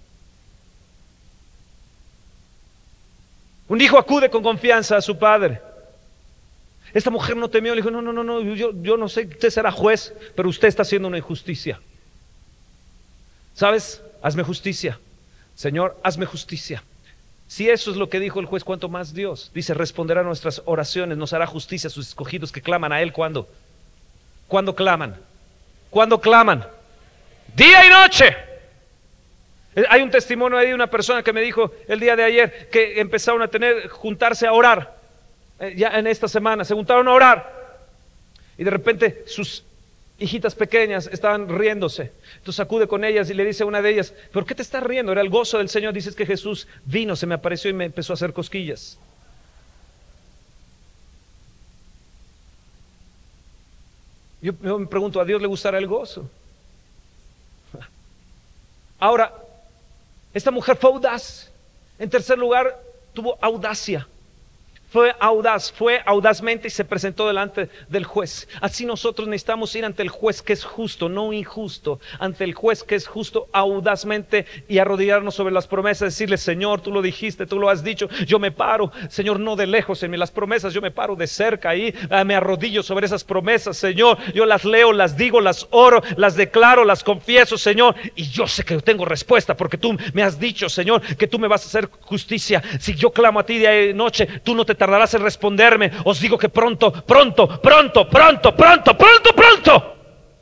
Un hijo acude con confianza a su padre. Esta mujer no temió, le dijo, no, no, no, no yo, yo no sé, usted será juez, pero usted está haciendo una injusticia. ¿Sabes? Hazme justicia. Señor, hazme justicia. Si eso es lo que dijo el juez, ¿cuánto más Dios? Dice, responderá a nuestras oraciones, nos hará justicia a sus escogidos que claman a Él. ¿Cuándo? ¿Cuándo claman? ¿Cuándo claman? Día y noche. Hay un testimonio ahí de una persona que me dijo el día de ayer que empezaron a tener, juntarse a orar. Ya en esta semana se juntaron a orar y de repente sus hijitas pequeñas estaban riéndose. Entonces acude con ellas y le dice a una de ellas, ¿por qué te estás riendo? Era el gozo del Señor. Dices que Jesús vino, se me apareció y me empezó a hacer cosquillas. Yo, yo me pregunto, ¿a Dios le gustará el gozo? Ahora, esta mujer fue audaz. En tercer lugar, tuvo audacia. Fue audaz, fue audazmente y se presentó delante del juez. Así nosotros necesitamos ir ante el juez que es justo, no injusto. Ante el juez que es justo, audazmente, y arrodillarnos sobre las promesas, decirle, Señor, tú lo dijiste, tú lo has dicho, yo me paro, Señor, no de lejos en las promesas, yo me paro de cerca ahí, me arrodillo sobre esas promesas, Señor, yo las leo, las digo, las oro, las declaro, las confieso, Señor, y yo sé que tengo respuesta porque tú me has dicho, Señor, que tú me vas a hacer justicia. Si yo clamo a ti día y noche, tú no te tardarás en responderme. Os digo que pronto, pronto, pronto, pronto, pronto, pronto, pronto.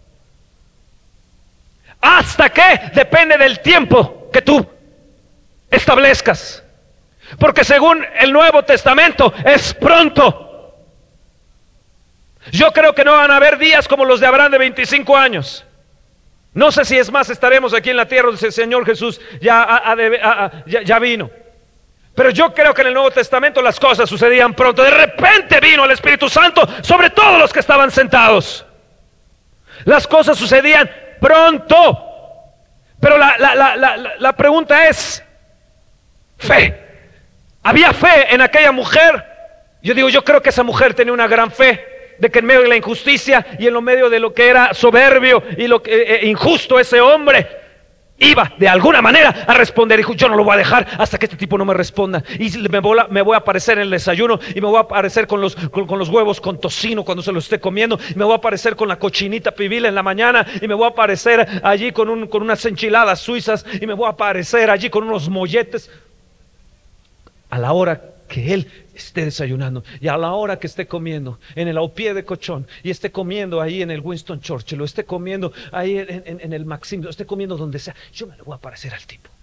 ¿Hasta qué? Depende del tiempo que tú establezcas. Porque según el Nuevo Testamento es pronto. Yo creo que no van a haber días como los de Abraham de veinticinco años. No sé si es más, estaremos aquí en la tierra donde el Señor Jesús ya, a, a, a, a, ya, ya vino. Pero yo creo que en el Nuevo Testamento las cosas sucedían pronto. De repente vino el Espíritu Santo sobre todos los que estaban sentados. Las cosas sucedían pronto. Pero la, la, la, la, la pregunta es, fe. ¿Había fe en aquella mujer? Yo digo, yo creo que esa mujer tenía una gran fe, de que en medio de la injusticia y en lo medio de lo que era soberbio y lo que, eh, injusto ese hombre, iba de alguna manera a responder. Dijo, yo no lo voy a dejar hasta que este tipo no me responda. Y me voy a, me voy a aparecer en el desayuno y me voy a aparecer con los, con, con los huevos con tocino cuando se los esté comiendo. Y me voy a aparecer con la cochinita pibil en la mañana. Y me voy a aparecer allí con, un, con unas enchiladas suizas. Y me voy a aparecer allí con unos molletes. A la hora que él esté desayunando y a la hora que esté comiendo en el Au Pied de Cochón y esté comiendo ahí en el Winston Churchill o esté comiendo ahí en, en, en el Maxim, o esté comiendo donde sea, yo me le voy a parecer al tipo.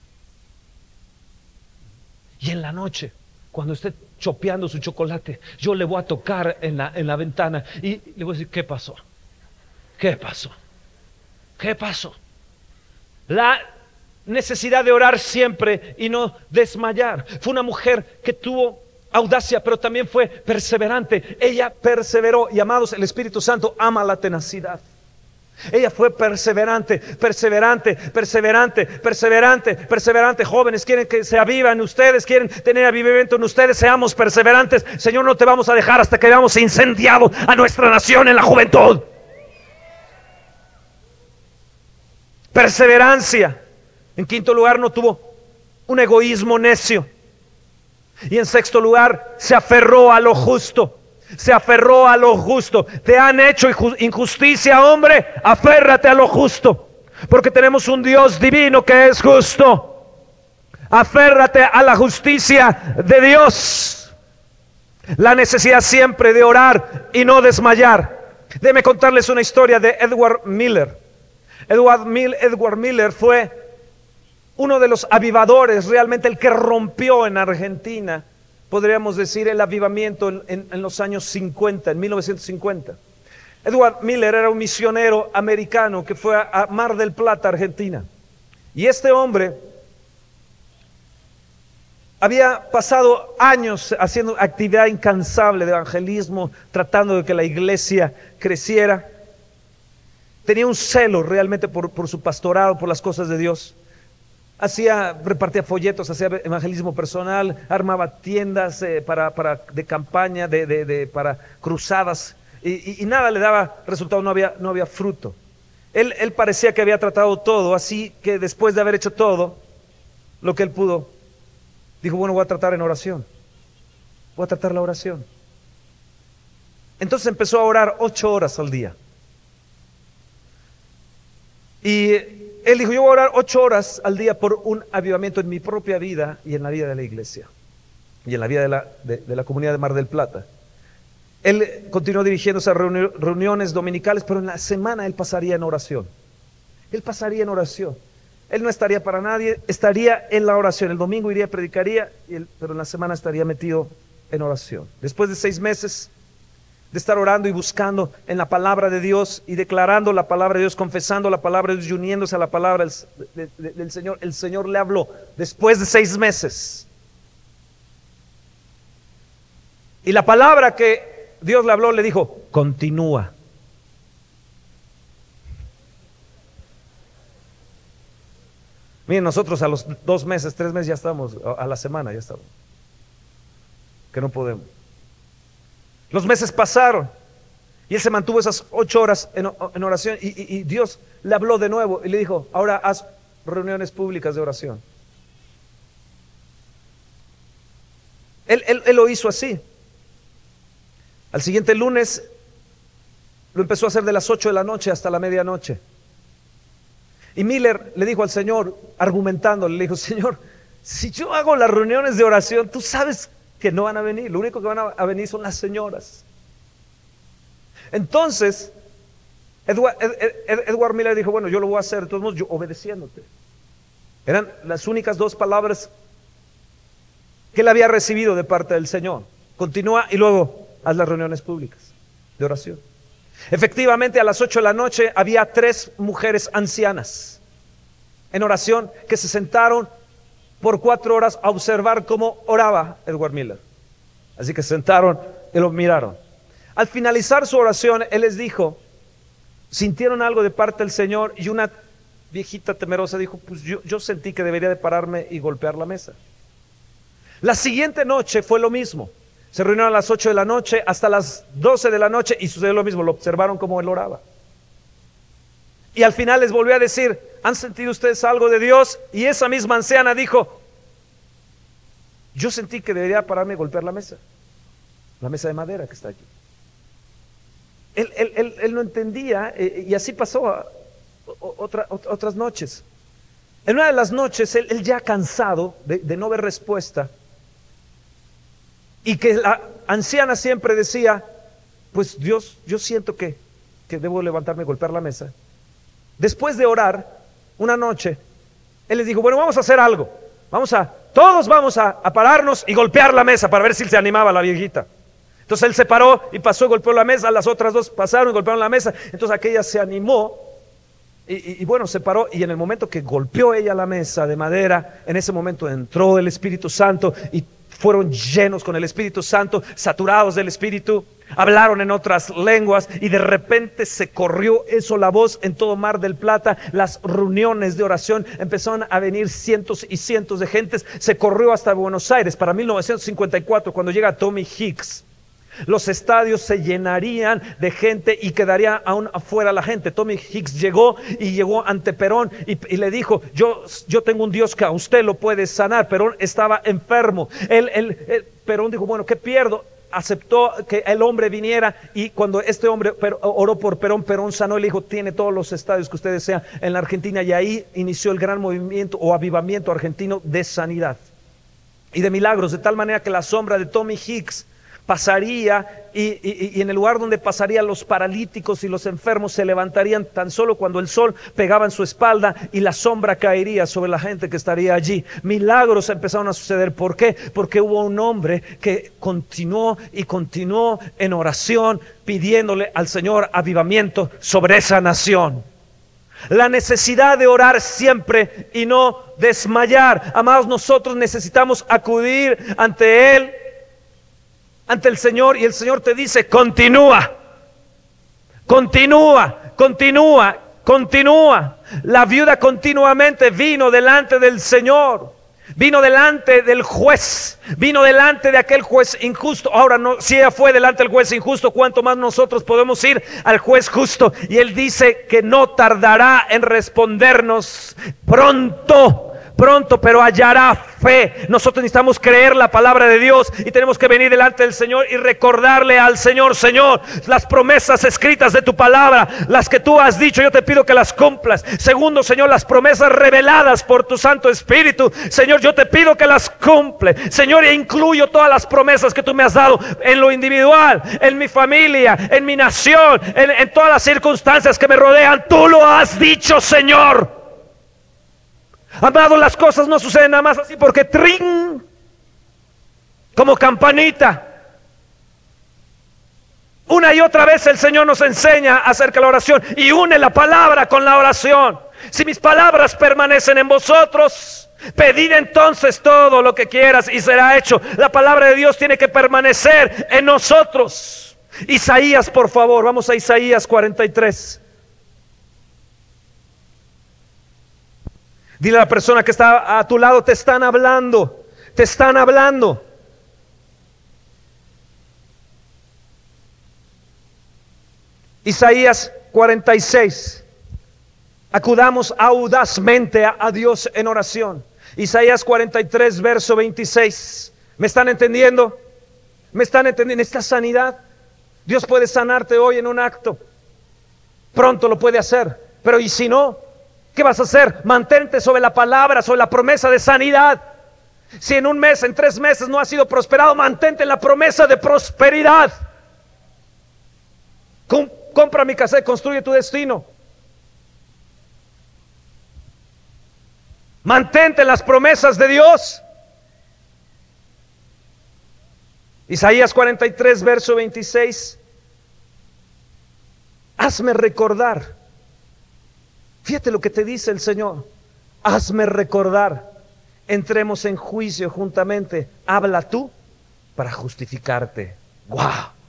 Y en la noche, cuando esté chopeando su chocolate, yo le voy a tocar en la, en la ventana y le voy a decir, ¿qué pasó? ¿Qué pasó? ¿Qué pasó? La necesidad de orar siempre y no desmayar. Fue una mujer que tuvo audacia, pero también fue perseverante. Ella perseveró, y amados, el Espíritu Santo ama la tenacidad. Ella fue perseverante, perseverante, perseverante, perseverante, perseverante. Jóvenes, quieren que se avivan ustedes, quieren tener avivamiento en ustedes, seamos perseverantes. Señor, no te vamos a dejar hasta que veamos incendiado a nuestra nación en la juventud. Perseverancia. En quinto lugar, no tuvo un egoísmo necio. Y en sexto lugar, se aferró a lo justo. Se aferró a lo justo. Te han hecho injusticia, hombre, aférrate a lo justo, porque tenemos un Dios divino que es justo. Aférrate a la justicia de Dios. La necesidad siempre de orar y no desmayar. Déjenme contarles una historia de Edward Miller. Edward Miller, Edward Miller fue uno de los avivadores, realmente el que rompió en Argentina, podríamos decir, el avivamiento en, en, en los años cincuenta, en mil novecientos cincuenta. Edward Miller era un misionero americano que fue a, a Mar del Plata, Argentina. Y este hombre había pasado años haciendo actividad incansable de evangelismo, tratando de que la iglesia creciera. Tenía un celo realmente por, por su pastorado, por las cosas de Dios. Hacía, repartía folletos, hacía evangelismo personal, armaba tiendas eh, para, para, de campaña, de, de, de, para cruzadas, y, y, y nada le daba resultado, no había, no había fruto. Él, él parecía que había tratado todo, así que después de haber hecho todo lo que él pudo, dijo, bueno, voy a tratar en oración, voy a tratar la oración. Entonces empezó a orar ocho horas al día. Y él dijo, yo voy a orar ocho horas al día por un avivamiento en mi propia vida y en la vida de la iglesia y en la vida de la, de, de la comunidad de Mar del Plata. Él continuó dirigiéndose a reuni- reuniones dominicales, pero en la semana él pasaría en oración. Él pasaría en oración. Él no estaría para nadie, estaría en la oración. El domingo iría, predicaría, y él, pero en la semana estaría metido en oración. Después de seis meses de estar orando y buscando en la palabra de Dios y declarando la palabra de Dios, confesando la palabra de Dios y uniéndose a la palabra del, de, de, del Señor, el Señor le habló después de seis meses. Y la palabra que Dios le habló le dijo, continúa. Miren, nosotros a los dos meses, tres meses ya estamos, a la semana ya estamos, que no podemos. Los meses pasaron y él se mantuvo esas ocho horas en, en oración y, y, y Dios le habló de nuevo y le dijo, ahora haz reuniones públicas de oración. Él, él, él lo hizo así. Al siguiente lunes lo empezó a hacer de las ocho de la noche hasta la medianoche. Y Miller le dijo al Señor, argumentándole, le dijo, Señor, si yo hago las reuniones de oración, tú sabes que no van a venir, lo único que van a venir son las señoras. Entonces Edward, Ed, Ed, Edward Miller dijo, bueno, yo lo voy a hacer de todos modos, yo obedeciéndote. Eran las únicas dos palabras que él había recibido de parte del Señor. Continúa y luego haz las reuniones públicas de oración. Efectivamente, a las ocho de la noche había tres mujeres ancianas en oración que se sentaron por cuatro horas a observar cómo oraba Edward Miller. Así que se sentaron y lo miraron. Al finalizar su oración, él les dijo, sintieron algo de parte del Señor, y una viejita temerosa dijo, pues yo, yo sentí que debería de pararme y golpear la mesa. La siguiente noche fue lo mismo. Se reunieron a las ocho de la noche hasta las doce de la noche y sucedió lo mismo, lo observaron como él oraba. Y al final les volvió a decir, ¿han sentido ustedes algo de Dios? Y esa misma anciana dijo, yo sentí que debería pararme y golpear la mesa, la mesa de madera que está aquí. Él, él, él, él no entendía, eh, y así pasó a, a, otra, a, otras noches. En una de las noches, él, él ya cansado de, de no ver respuesta, y que la anciana siempre decía, pues Dios, yo siento que, que debo levantarme y golpear la mesa. Después de orar, una noche, él les dijo, bueno, vamos a hacer algo. Vamos a, todos vamos a, a pararnos y golpear la mesa para ver si se animaba la viejita. Entonces él se paró y pasó y golpeó la mesa, las otras dos pasaron y golpearon la mesa. Entonces aquella se animó y, y, y bueno, se paró, y en el momento que golpeó ella la mesa de madera, en ese momento entró el Espíritu Santo y fueron llenos con el Espíritu Santo, saturados del Espíritu, hablaron en otras lenguas y de repente se corrió eso, la voz en todo Mar del Plata. Las reuniones de oración empezaron a venir cientos y cientos de gentes, se corrió hasta Buenos Aires. Para mil novecientos cincuenta y cuatro, cuando llega Tommy Hicks, Los estadios se llenarían de gente y quedaría aún afuera la gente. Tommy Hicks llegó y llegó ante Perón y, y le dijo, yo, yo tengo un Dios que a usted lo puede sanar. Perón estaba enfermo. Él, él, él, Perón dijo, bueno, ¿qué pierdo? Aceptó que el hombre viniera, y cuando este hombre oró por Perón, Perón sanó y le dijo, tiene todos los estadios que usted desea en la Argentina. Y ahí inició el gran movimiento o avivamiento argentino de sanidad y de milagros, de tal manera que la sombra de Tommy Hicks pasaría y, y, y en el lugar donde pasarían los paralíticos y los enfermos se levantarían tan solo cuando el sol pegaba en su espalda y la sombra caería sobre la gente que estaría allí. Milagros empezaron a suceder. ¿Por qué? Porque hubo un hombre que continuó y continuó en oración pidiéndole al Señor avivamiento sobre esa nación. La necesidad de orar siempre y no desmayar. Amados, nosotros necesitamos acudir ante Él, ante el Señor, y el Señor te dice, continúa, continúa, continúa, continúa. La viuda continuamente vino delante del Señor, vino delante del juez, vino delante de aquel juez injusto. Ahora, no, si ella fue delante del juez injusto, ¿cuánto más nosotros podemos ir al juez justo? Y Él dice que no tardará en respondernos pronto. Pronto, pero hallará fe. Nosotros necesitamos creer la palabra de Dios y tenemos que venir delante del Señor y recordarle al Señor, Señor, las promesas escritas de tu palabra, las que tú has dicho, yo te pido que las cumplas. Segundo, Señor, las promesas reveladas por tu Santo Espíritu, Señor, yo te pido que las cumple. Señor, e incluyo todas las promesas que tú me has dado en lo individual, en mi familia, en mi nación, en, en todas las circunstancias que me rodean. Tú lo has dicho, Señor. Amado, las cosas no suceden nada más así porque trin, como campanita. Una y otra vez el Señor nos enseña acerca de la oración y une la palabra con la oración. Si mis palabras permanecen en vosotros, pedid entonces todo lo que quieras y será hecho. La palabra de Dios tiene que permanecer en nosotros. Isaías, por favor, vamos a Isaías cuarenta y tres. Dile a la persona que está a tu lado, te están hablando, te están hablando. Isaías cuarenta y seis. Acudamos audazmente a, a Dios en oración. Isaías cuarenta y tres, verso veintiséis. ¿Me están entendiendo? ¿Me están entendiendo? Esta sanidad, Dios puede sanarte hoy en un acto. Pronto lo puede hacer, pero ¿y si no? ¿Qué vas a hacer? Mantente sobre la palabra, sobre la promesa de sanidad. Si en un mes, en tres meses no has sido prosperado, mantente en la promesa de prosperidad. Com- compra mi casa y construye tu destino. Mantente en las promesas de Dios. Isaías cuarenta y tres, verso veintiséis. Hazme recordar. Fíjate lo que te dice el Señor. Hazme recordar. Entremos en juicio juntamente. Habla tú para justificarte. ¡Wow!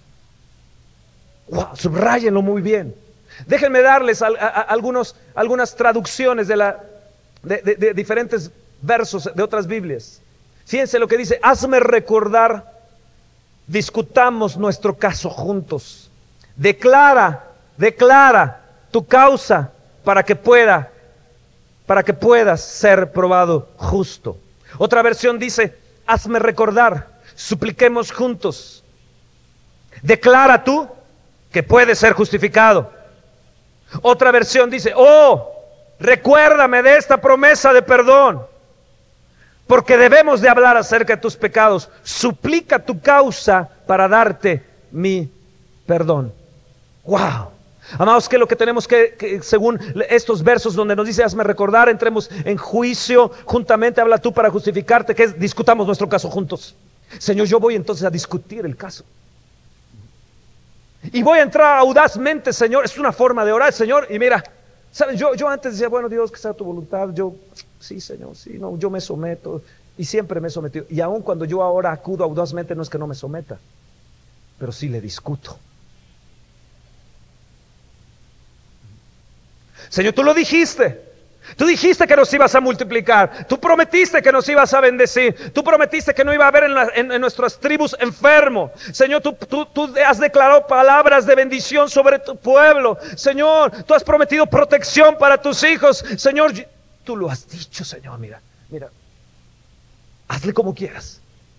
¡Wow! Subráyenlo muy bien. Déjenme darles a, a, a algunos, algunas traducciones de, la, de, de, de diferentes versos de otras Biblias. Fíjense lo que dice. Hazme recordar. Discutamos nuestro caso juntos. Declara, declara tu causa. Para que pueda, para que puedas ser probado justo. Otra versión dice, hazme recordar, supliquemos juntos. Declara tú que puedes ser justificado. Otra versión dice, oh, recuérdame de esta promesa de perdón, porque debemos de hablar acerca de tus pecados. Suplica tu causa para darte mi perdón. Wow. Amados, que lo que tenemos que, que, según estos versos donde nos dice, hazme recordar, entremos en juicio juntamente, habla tú para justificarte, que es, discutamos nuestro caso juntos. Señor, yo voy entonces a discutir el caso. Y voy a entrar audazmente, Señor. Es una forma de orar, Señor. Y mira, ¿sabes? Yo, yo antes decía, bueno, Dios, que sea tu voluntad. Yo, sí, Señor, sí, no, yo me someto. Y siempre me he sometido. Y aun cuando yo ahora acudo audazmente, no es que no me someta, pero sí le discuto. Señor, tú lo dijiste. Tú dijiste que nos ibas a multiplicar. Tú prometiste que nos ibas a bendecir. Tú prometiste que no iba a haber en, la, en, en nuestras tribus enfermo. Señor, tú, tú, tú has declarado palabras de bendición sobre tu pueblo. Señor, tú has prometido protección para tus hijos. Señor, tú lo has dicho, Señor. Mira, mira. Hazle como quieras.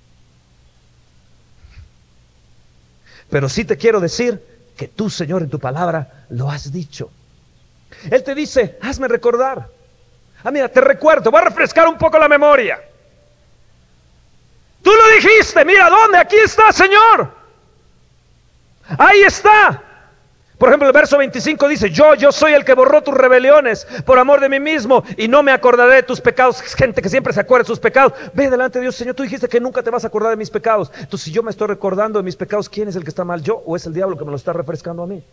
Pero sí te quiero decir que tú, Señor, en tu palabra lo has dicho. Él te dice, hazme recordar. Ah, mira, te recuerdo, voy a refrescar un poco la memoria. Tú lo dijiste, mira, ¿dónde? Aquí está, Señor. Ahí está. Por ejemplo, el verso veinticinco dice, yo, yo soy el que borró tus rebeliones por amor de mí mismo y no me acordaré de tus pecados. Gente que siempre se acuerda de sus pecados. Ve delante de Dios, Señor, tú dijiste que nunca te vas a acordar de mis pecados. Entonces, si yo me estoy recordando de mis pecados, ¿quién es el que está mal, yo o es el diablo que me lo está refrescando a mí?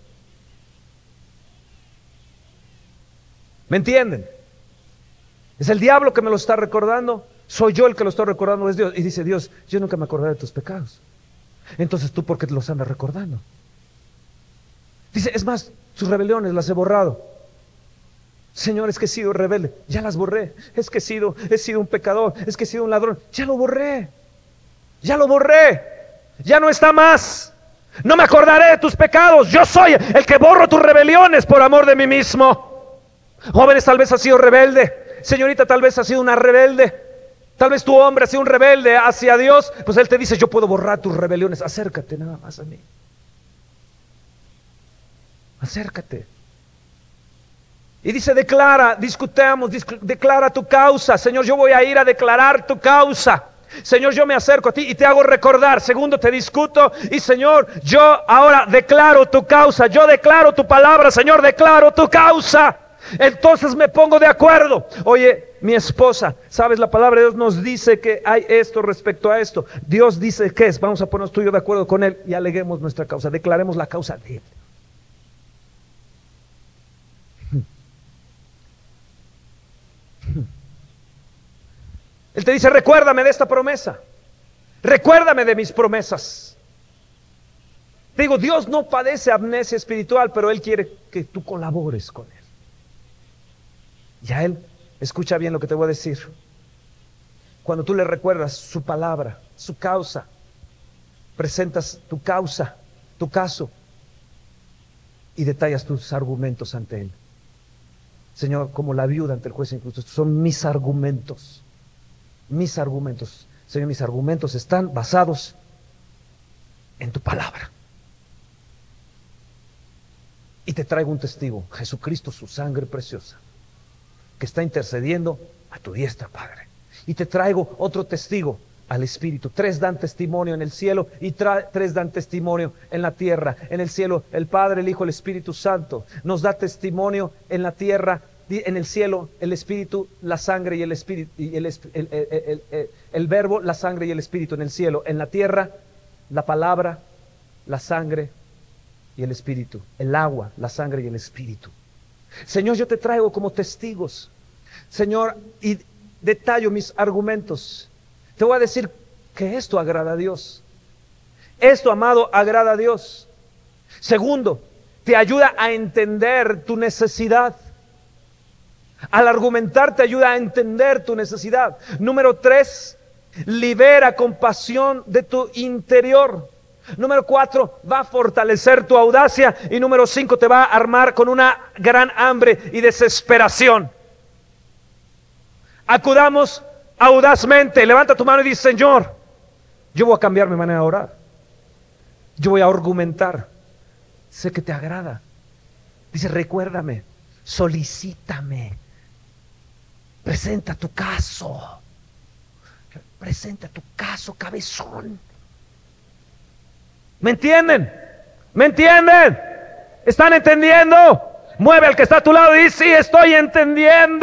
¿Me entienden? Es el diablo que me lo está recordando. Soy yo el que lo estoy recordando, es Dios. Y dice Dios, yo nunca me acordaré de tus pecados. Entonces, ¿tú por qué te los andas recordando? Dice, es más, sus rebeliones las he borrado. Señor, es que he sido rebelde, ya las borré. Es que he sido, he sido un pecador, es que he sido un ladrón, ya lo borré. Ya lo borré. Ya no está más. No me acordaré de tus pecados. Yo soy el que borro tus rebeliones por amor de mí mismo. Jóvenes, tal vez has sido rebelde. Señorita, tal vez has sido una rebelde. Tal vez tu hombre ha sido un rebelde hacia Dios. Pues Él te dice, yo puedo borrar tus rebeliones. Acércate nada más a mí. Acércate. Y dice, declara, discutamos, disc- declara tu causa. Señor, yo voy a ir a declarar tu causa. Señor, yo me acerco a ti y te hago recordar. Segundo, te discuto. Y Señor, yo ahora declaro tu causa. Yo declaro tu palabra, Señor, declaro tu causa. Entonces me pongo de acuerdo. Oye, mi esposa, sabes, la palabra de Dios nos dice que hay esto respecto a esto. Dios dice que es, vamos a ponernos tú y yo de acuerdo con Él y aleguemos nuestra causa, declaremos la causa de Él. Él te dice, recuérdame de esta promesa. Recuérdame de mis promesas. Te digo, Dios no padece amnesia espiritual, pero Él quiere que tú colabores con Él. Y a Él, escucha bien lo que te voy a decir. Cuando tú le recuerdas su palabra, su causa, presentas tu causa, tu caso, y detallas tus argumentos ante Él. Señor, como la viuda ante el juez injusto, estos son mis argumentos. Mis argumentos. Señor, mis argumentos están basados en tu palabra. Y te traigo un testigo, Jesucristo, su sangre preciosa, que está intercediendo a tu diestra, Padre. Y te traigo otro testigo, al Espíritu. Tres dan testimonio en el cielo y tra- tres dan testimonio en la tierra. En el cielo, el Padre, el Hijo, el Espíritu Santo nos da testimonio en la tierra. En el cielo, el Espíritu, la sangre y el Espíritu, y el, el, el, el, el, el Verbo, la sangre y el Espíritu en el cielo. En la tierra, la palabra, la sangre y el Espíritu. El agua, la sangre y el Espíritu. Señor, yo te traigo como testigos, Señor, y detallo mis argumentos. Te voy a decir que esto agrada a Dios. Esto, amado, agrada a Dios. Segundo, te ayuda a entender tu necesidad. Al argumentar te ayuda a entender tu necesidad. Número tres, libera compasión de tu interior. Número cuatro, va a fortalecer tu audacia. Y número cinco, te va a armar con una gran hambre y desesperación. Acudamos audazmente. Levanta tu mano y dice, Señor, yo voy a cambiar mi manera de orar. Yo voy a argumentar. Sé que te agrada. Dice, recuérdame, solicítame. Presenta tu caso. Presenta tu caso, cabezón. ¿Me entienden? ¿Me entienden? ¿Están entendiendo? Mueve al que está a tu lado y dice, sí, estoy entendiendo.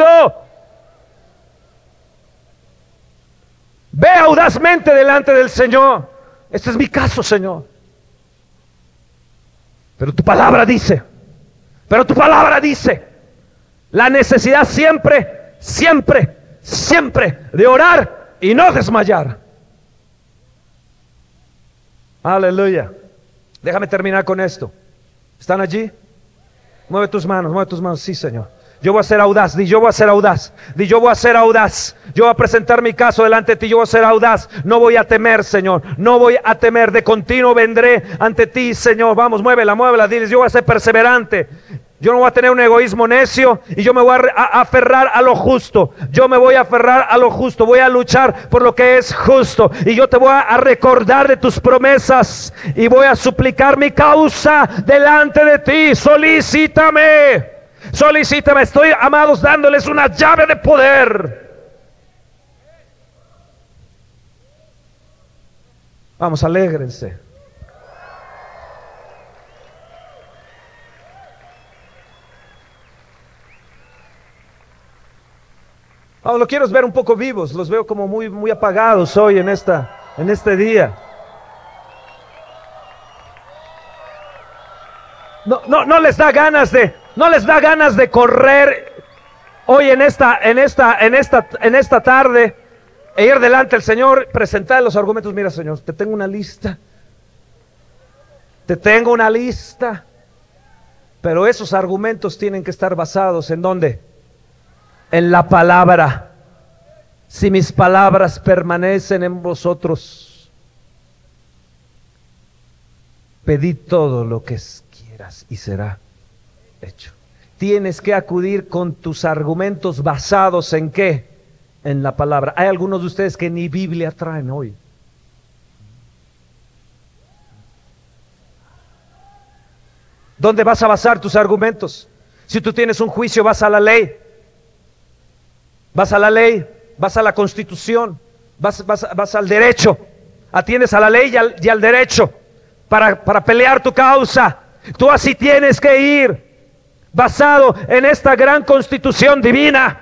Ve audazmente delante del Señor. Este es mi caso, Señor. Pero tu palabra dice, pero tu palabra dice, la necesidad siempre, siempre, siempre de orar y no desmayar. Aleluya. Déjame terminar con esto. ¿Están allí? Mueve tus manos, mueve tus manos. Sí, Señor. Yo voy a ser audaz, di yo voy a ser audaz, di yo voy a ser audaz, yo voy a presentar mi caso delante de ti, yo voy a ser audaz, no voy a temer, Señor, no voy a temer, de continuo vendré ante ti, Señor. Vamos, muévela, muévela, diles, yo voy a ser perseverante. Yo no voy a tener un egoísmo necio y yo me voy a, a aferrar a lo justo. Yo me voy a aferrar a lo justo. Voy a luchar por lo que es justo. Y yo te voy a recordar de tus promesas y voy a suplicar mi causa delante de ti. Solicítame. Solicítame. Estoy, amados, dándoles una llave de poder. Vamos, alégrense. Oh, lo quiero ver un poco vivos, los veo como muy, muy apagados hoy en, esta, en este día. No, no, no les da ganas de, no les da ganas de correr hoy en esta, en esta, en esta, en esta tarde e ir delante del Señor, presentar los argumentos. Mira, Señor, te tengo una lista, te tengo una lista, pero esos argumentos tienen que estar basados ¿en dónde? En la palabra. Si mis palabras permanecen en vosotros, pedid todo lo que quieras y será hecho. Tienes que acudir con tus argumentos basados en ¿qué? En la palabra. Hay algunos de ustedes que ni Biblia traen hoy. ¿Dónde vas a basar tus argumentos? Si tú tienes un juicio, vas a la ley. Vas a la ley, vas a la Constitución, vas, vas, vas al derecho, atiendes a la ley y al, y al derecho para, para pelear tu causa. Tú así tienes que ir, basado en esta gran Constitución divina,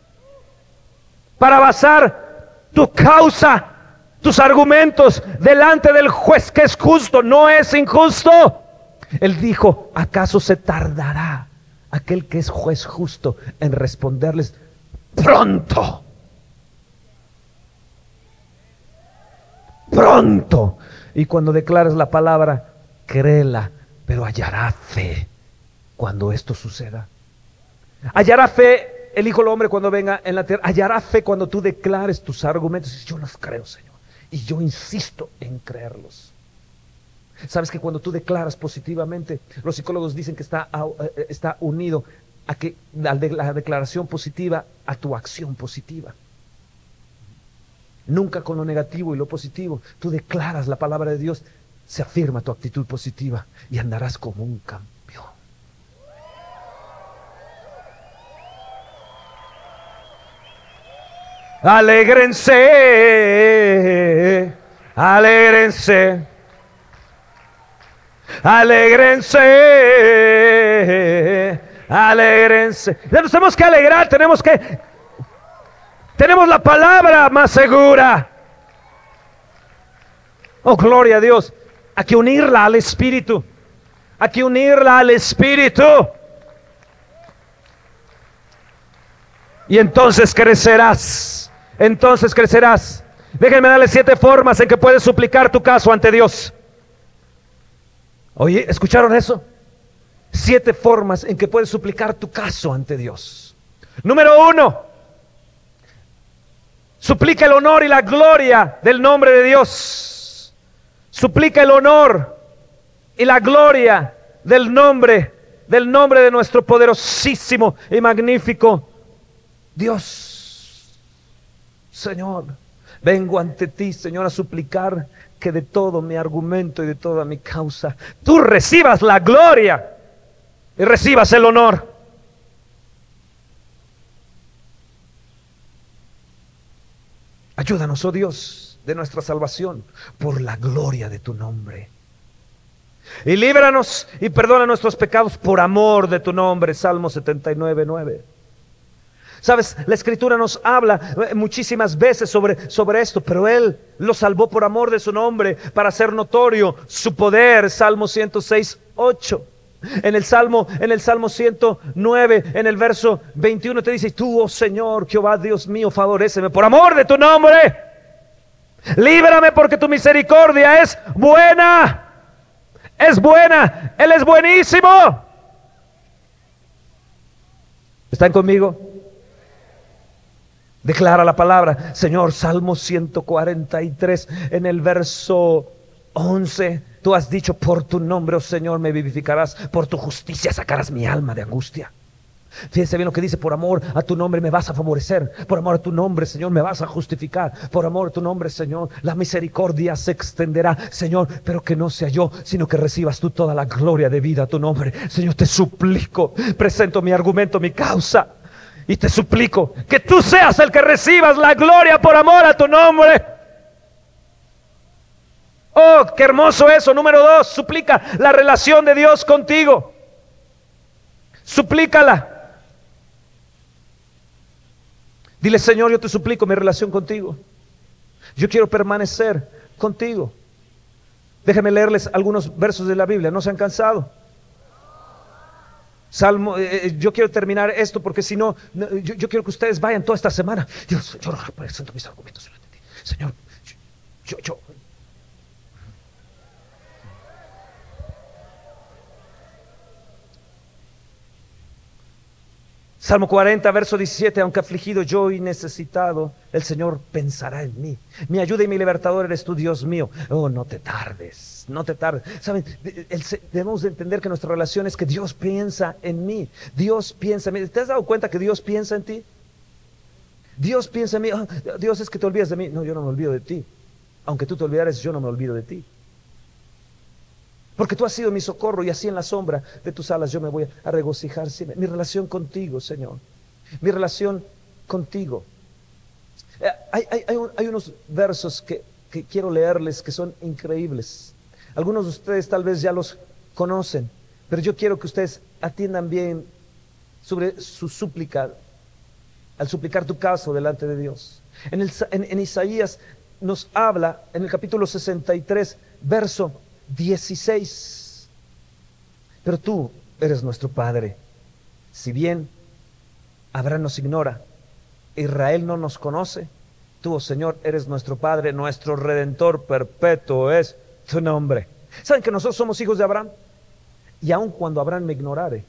para basar tu causa, tus argumentos delante del juez que es justo, no es injusto. Él dijo, ¿acaso se tardará aquel que es juez justo en responderles? Pronto, pronto. Y cuando declares la palabra, créela, pero hallará fe cuando esto suceda. Hallará fe el Hijo del Hombre cuando venga en la tierra. Hallará fe cuando tú declares tus argumentos. Yo los creo, Señor, y yo insisto en creerlos. Sabes que cuando tú declaras positivamente, los psicólogos dicen que está, está unido a que la, la declaración positiva a tu acción positiva. Nunca con lo negativo y lo positivo. Tú declaras la palabra de Dios, se afirma tu actitud positiva y andarás como un campeón. Alégrense, alégrense, alégrense. Alégrense. Nos tenemos que alegrar, tenemos que tenemos la palabra más segura. Oh, gloria a Dios. Hay que unirla al Espíritu. Hay que unirla al Espíritu. Y entonces crecerás. Entonces crecerás. Déjenme darles siete formas en que puedes suplicar tu caso ante Dios. Oye, ¿escucharon eso? Siete formas en que puedes suplicar tu caso ante Dios. Número uno, suplica el honor y la gloria del nombre de Dios. Suplica el honor y la gloria del nombre, del nombre de nuestro poderosísimo y magnífico Dios. Señor, vengo ante ti, Señor, a suplicar que de todo mi argumento y de toda mi causa, tú recibas la gloria y recibas el honor. Ayúdanos, oh Dios, de nuestra salvación, por la gloria de tu nombre. Y líbranos y perdona nuestros pecados por amor de tu nombre. Salmo setenta y nueve, nueve. Sabes, la Escritura nos habla muchísimas veces sobre, sobre esto, pero Él lo salvó por amor de su nombre, para hacer notorio su poder. Salmo ciento seis, ocho. En el Salmo, en el Salmo ciento nueve, en el verso veintiuno te dice: tú, oh Señor, Jehová Dios mío, favoréceme por amor de tu nombre. Líbrame porque tu misericordia es buena. Es buena, Él es buenísimo. ¿Están conmigo? Declara la palabra, Señor. Salmo ciento cuarenta y tres en el verso once. Tú has dicho: por tu nombre, oh Señor, me vivificarás, por tu justicia sacarás mi alma de angustia. Fíjense bien lo que dice: por amor a tu nombre me vas a favorecer, por amor a tu nombre, Señor, me vas a justificar, por amor a tu nombre, Señor, la misericordia se extenderá, Señor, pero que no sea yo, sino que recibas tú toda la gloria de vida a tu nombre. Señor, te suplico, presento mi argumento, mi causa, y te suplico que tú seas el que recibas la gloria por amor a tu nombre. Oh, qué hermoso eso. Número dos, suplica la relación de Dios contigo. Suplícala. Dile: Señor, yo te suplico mi relación contigo. Yo quiero permanecer contigo. Déjenme leerles algunos versos de la Biblia. ¿No se han cansado? Salmo, eh, yo quiero terminar esto porque si no, no yo, yo quiero que ustedes vayan toda esta semana. Dios, yo presento mis argumentos delante de ti. Señor, yo, yo, yo Salmo cuarenta, verso diecisiete. Aunque afligido yo y necesitado, el Señor pensará en mí. Mi ayuda y mi libertador eres tú, Dios mío. Oh, no te tardes, no te tardes. Saben, el, debemos de entender que nuestra relación es que Dios piensa en mí. Dios piensa en mí. ¿Te has dado cuenta que Dios piensa en ti? Dios piensa en mí. Oh, Dios, es que te olvidas de mí. No, yo no me olvido de ti. Aunque tú te olvidares, yo no me olvido de ti. Porque tú has sido mi socorro, y así en la sombra de tus alas yo me voy a regocijar siempre. Mi relación contigo, Señor. Mi relación contigo. Eh, hay, hay, hay, un, hay unos versos que, que quiero leerles que son increíbles. Algunos de ustedes tal vez ya los conocen, pero yo quiero que ustedes atiendan bien sobre su súplica, al suplicar tu caso delante de Dios. En, el, en, en Isaías nos habla, en el capítulo sesenta y tres, verso dieciséis. Pero tú eres nuestro Padre. Si bien Abraham nos ignora, Israel no nos conoce, tú, oh Señor, eres nuestro Padre, nuestro Redentor perpetuo es tu nombre. ¿Saben que nosotros somos hijos de Abraham? Y aun cuando Abraham me ignorare.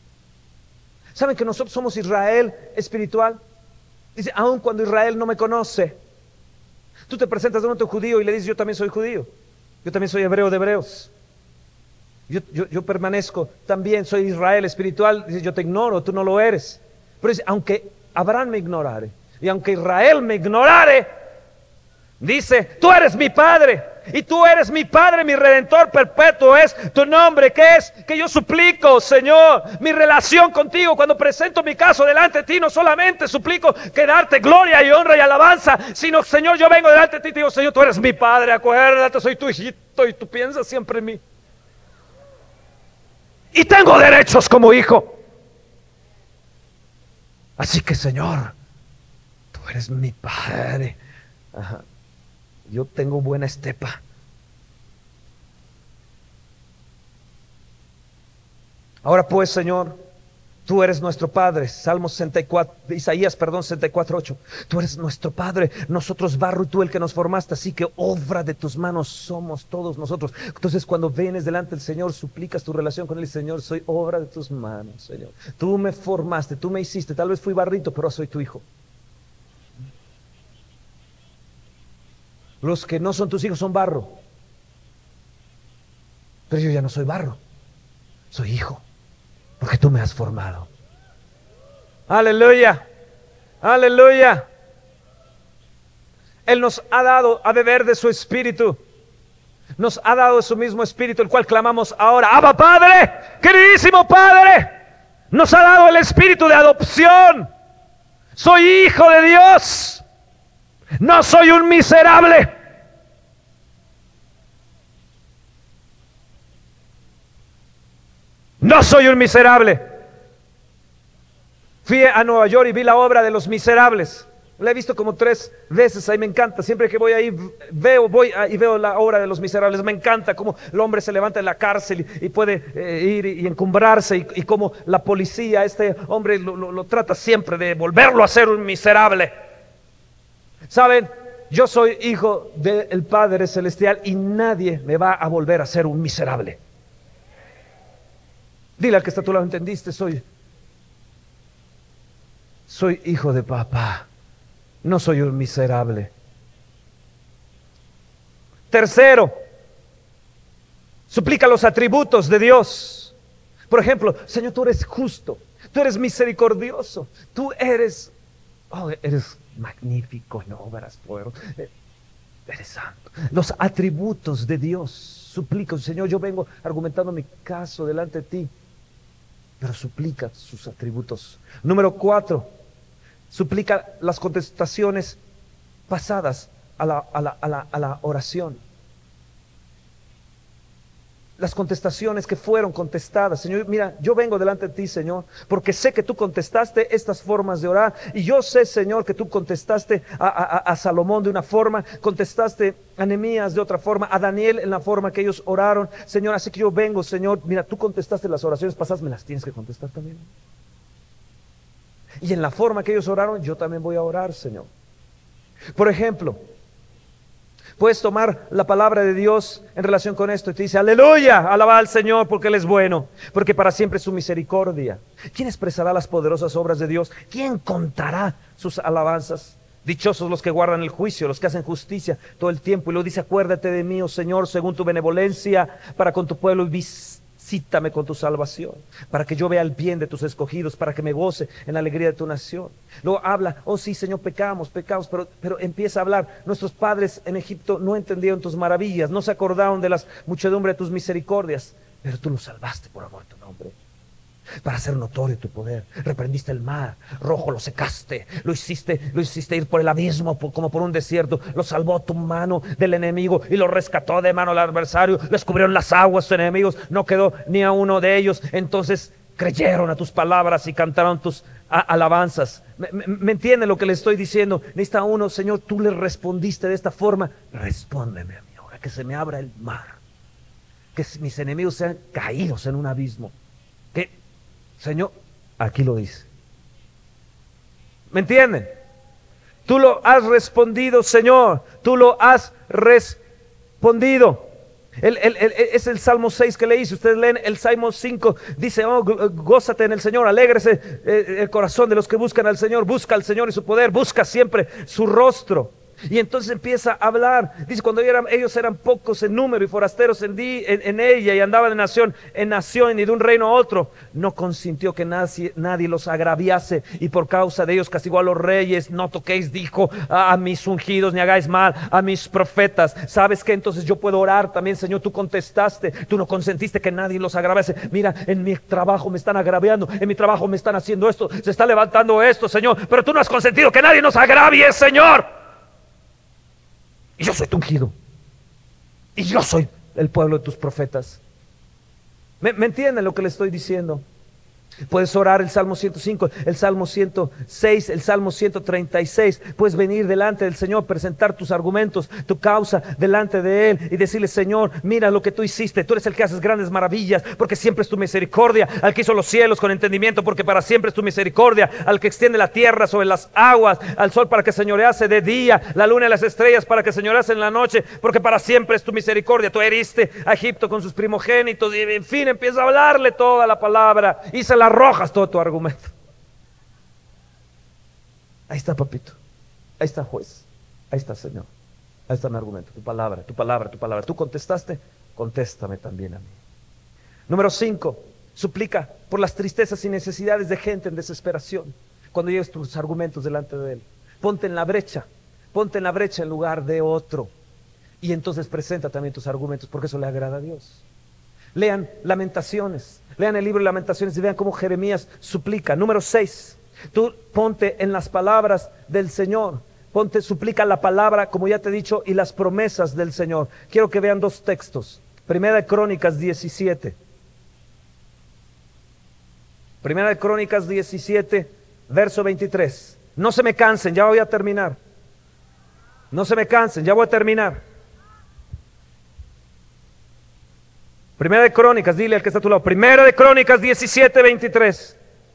¿Saben que nosotros somos Israel espiritual? Dice: aun cuando Israel no me conoce. Tú te presentas delante de un judío y le dices: yo también soy judío. Yo también soy hebreo de hebreos. Yo, yo, yo permanezco también, soy Israel espiritual. Dice: yo te ignoro, tú no lo eres. Pero dice: aunque Abraham me ignorare y aunque Israel me ignorare, dice: tú eres mi Padre y tú eres mi Padre, mi Redentor perpetuo es tu nombre. ¿Qué es? Que yo suplico, Señor, mi relación contigo. Cuando presento mi caso delante de ti, no solamente suplico que darte gloria y honra y alabanza, sino, Señor, yo vengo delante de ti y te digo: Señor, tú eres mi Padre, acuérdate, soy tu hijito y tú piensas siempre en mí. Y tengo derechos como hijo. Así que, Señor, tú eres mi Padre. Ajá. Yo tengo buena estepa. Ahora pues, Señor, tú eres nuestro Padre. Salmo sesenta y cuatro, Isaías, perdón, sesenta y cuatro, ocho. Tú eres nuestro Padre, nosotros barro y tú el que nos formaste, así que obra de tus manos somos todos nosotros. Entonces, cuando vienes delante del Señor, suplicas tu relación con Él: Señor, soy obra de tus manos, Señor. Tú me formaste, tú me hiciste, tal vez fui barrito, pero soy tu hijo. Los que no son tus hijos son barro. Pero yo ya no soy barro, soy hijo, porque tú me has formado. Aleluya, aleluya. Él nos ha dado a beber de su espíritu. Nos ha dado de su mismo espíritu, el cual clamamos ahora: Abba, Padre, queridísimo Padre. Nos ha dado el espíritu de adopción. Soy hijo de Dios. No soy un miserable. No soy un miserable. Fui a Nueva York y vi la obra de Los Miserables. La he visto como tres veces, ahí me encanta. Siempre que voy ahí veo, voy y veo la obra de Los Miserables. Me encanta cómo el hombre se levanta de la cárcel y, y puede eh, ir y, y encumbrarse, y, y cómo la policía, este hombre lo, lo, lo trata siempre de volverlo a ser un miserable. ¿Saben? Yo soy hijo del Padre Celestial y nadie me va a volver a ser un miserable. Dile al que está a tu lado: ¿entendiste? Soy soy hijo de papá, no soy un miserable. Tercero, suplica los atributos de Dios. Por ejemplo, Señor, tú eres justo, tú eres misericordioso, tú eres, oh, eres magnífico en obras, fueron, eres santo. Los atributos de Dios, suplica, Señor, yo vengo argumentando mi caso delante de ti, pero suplica sus atributos. Número cuatro, suplica las contestaciones pasadas a la, a la, a la, a la oración. Las contestaciones que fueron contestadas. Señor, mira, yo vengo delante de ti, Señor, porque sé que tú contestaste estas formas de orar, y yo sé, Señor, que tú contestaste a, a, a Salomón de una forma, contestaste a Nehemías de otra forma, a Daniel en la forma que ellos oraron, Señor, así que yo vengo, Señor, mira, tú contestaste las oraciones pasadas, me las tienes que contestar también. Y en la forma que ellos oraron, yo también voy a orar, Señor. Por ejemplo, puedes tomar la palabra de Dios en relación con esto y te dice, aleluya, alaba al Señor porque Él es bueno, porque para siempre es su misericordia. ¿Quién expresará las poderosas obras de Dios? ¿Quién contará sus alabanzas? Dichosos los que guardan el juicio, los que hacen justicia todo el tiempo. Y luego dice, acuérdate de mí, oh Señor, según tu benevolencia, para con tu pueblo, y visítame con tu salvación, para que yo vea el bien de tus escogidos, para que me goce en la alegría de tu nación. Luego habla, oh sí, Señor, pecamos, pecamos, pero, pero empieza a hablar, nuestros padres en Egipto no entendieron tus maravillas, no se acordaron de las muchedumbre de tus misericordias, pero tú los salvaste por amor a tu nombre, para hacer notorio tu poder. Reprendiste el mar rojo, lo secaste, lo hiciste, lo hiciste ir por el abismo como por un desierto, lo salvó tu mano del enemigo y lo rescató de mano del adversario, les cubrieron las aguas sus enemigos, no quedó ni a uno de ellos. Entonces creyeron a tus palabras y cantaron tus a- alabanzas. ¿Me, me, me entiende lo que le estoy diciendo? Necesita uno, Señor, tú le respondiste de esta forma, respóndeme a mí ahora, que se me abra el mar, que mis enemigos sean caídos en un abismo, que Señor, aquí lo dice. ¿Me entienden? Tú lo has respondido, Señor. Tú lo has respondido. El, el, el, es el Salmo seis que le hice. Ustedes leen el Salmo cinco. Dice, oh, gózate en el Señor, alégrese eh, el corazón de los que buscan al Señor. Busca al Señor y su poder. Busca siempre su rostro. Y entonces empieza a hablar. Dice, cuando ellos eran, ellos eran pocos en número y forasteros en, di, en, en ella, y andaban de nación en nación y de un reino a otro, no consintió que nadie, nadie los agraviase, y por causa de ellos castigó a los reyes. No toquéis, dijo, a, a mis ungidos, ni hagáis mal a mis profetas. ¿Sabes qué? Entonces yo puedo orar también, Señor. Tú contestaste, tú no consentiste que nadie los agraviase. Mira, en mi trabajo me están agraviando, en mi trabajo me están haciendo esto, se está levantando esto, Señor, pero tú no has consentido que nadie nos agravie, Señor. Y yo soy tu ungido, y yo soy el pueblo de tus profetas. ¿Me, me entienden lo que le estoy diciendo? Puedes orar el Salmo ciento cinco, el Salmo ciento seis, el Salmo ciento treinta y seis. Puedes venir delante del Señor, presentar tus argumentos, tu causa delante de Él y decirle, Señor, mira lo que tú hiciste. Tú eres el que haces grandes maravillas, porque siempre es tu misericordia. Al que hizo los cielos con entendimiento, porque para siempre es tu misericordia. Al que extiende la tierra sobre las aguas, al sol para que señorease de día, la luna y las estrellas para que señorease en la noche, porque para siempre es tu misericordia. Tú heriste a Egipto con sus primogénitos, y en fin, empieza a hablarle toda la palabra y se la arrojas todo tu argumento. Ahí está, papito. Ahí está, juez. Ahí está, Señor. Ahí está mi argumento. Tu palabra, tu palabra, tu palabra. Tú contestaste, contéstame también a mí. Número cinco, suplica por las tristezas y necesidades de gente en desesperación. Cuando lleves tus argumentos delante de Él, ponte en la brecha. Ponte en la brecha en lugar de otro. Y entonces presenta también tus argumentos, porque eso le agrada a Dios. Lean Lamentaciones, lean el libro de Lamentaciones y vean cómo Jeremías suplica. Número seis, tú ponte en las palabras del Señor, ponte, suplica la palabra, como ya te he dicho, y las promesas del Señor. Quiero que vean dos textos. Primera de Crónicas diecisiete. Primera de Crónicas diecisiete, verso veintitrés. No se me cansen, ya voy a terminar. No se me cansen, ya voy a terminar. Primera de Crónicas, dile al que está a tu lado. Primera de Crónicas diecisiete, veintitrés.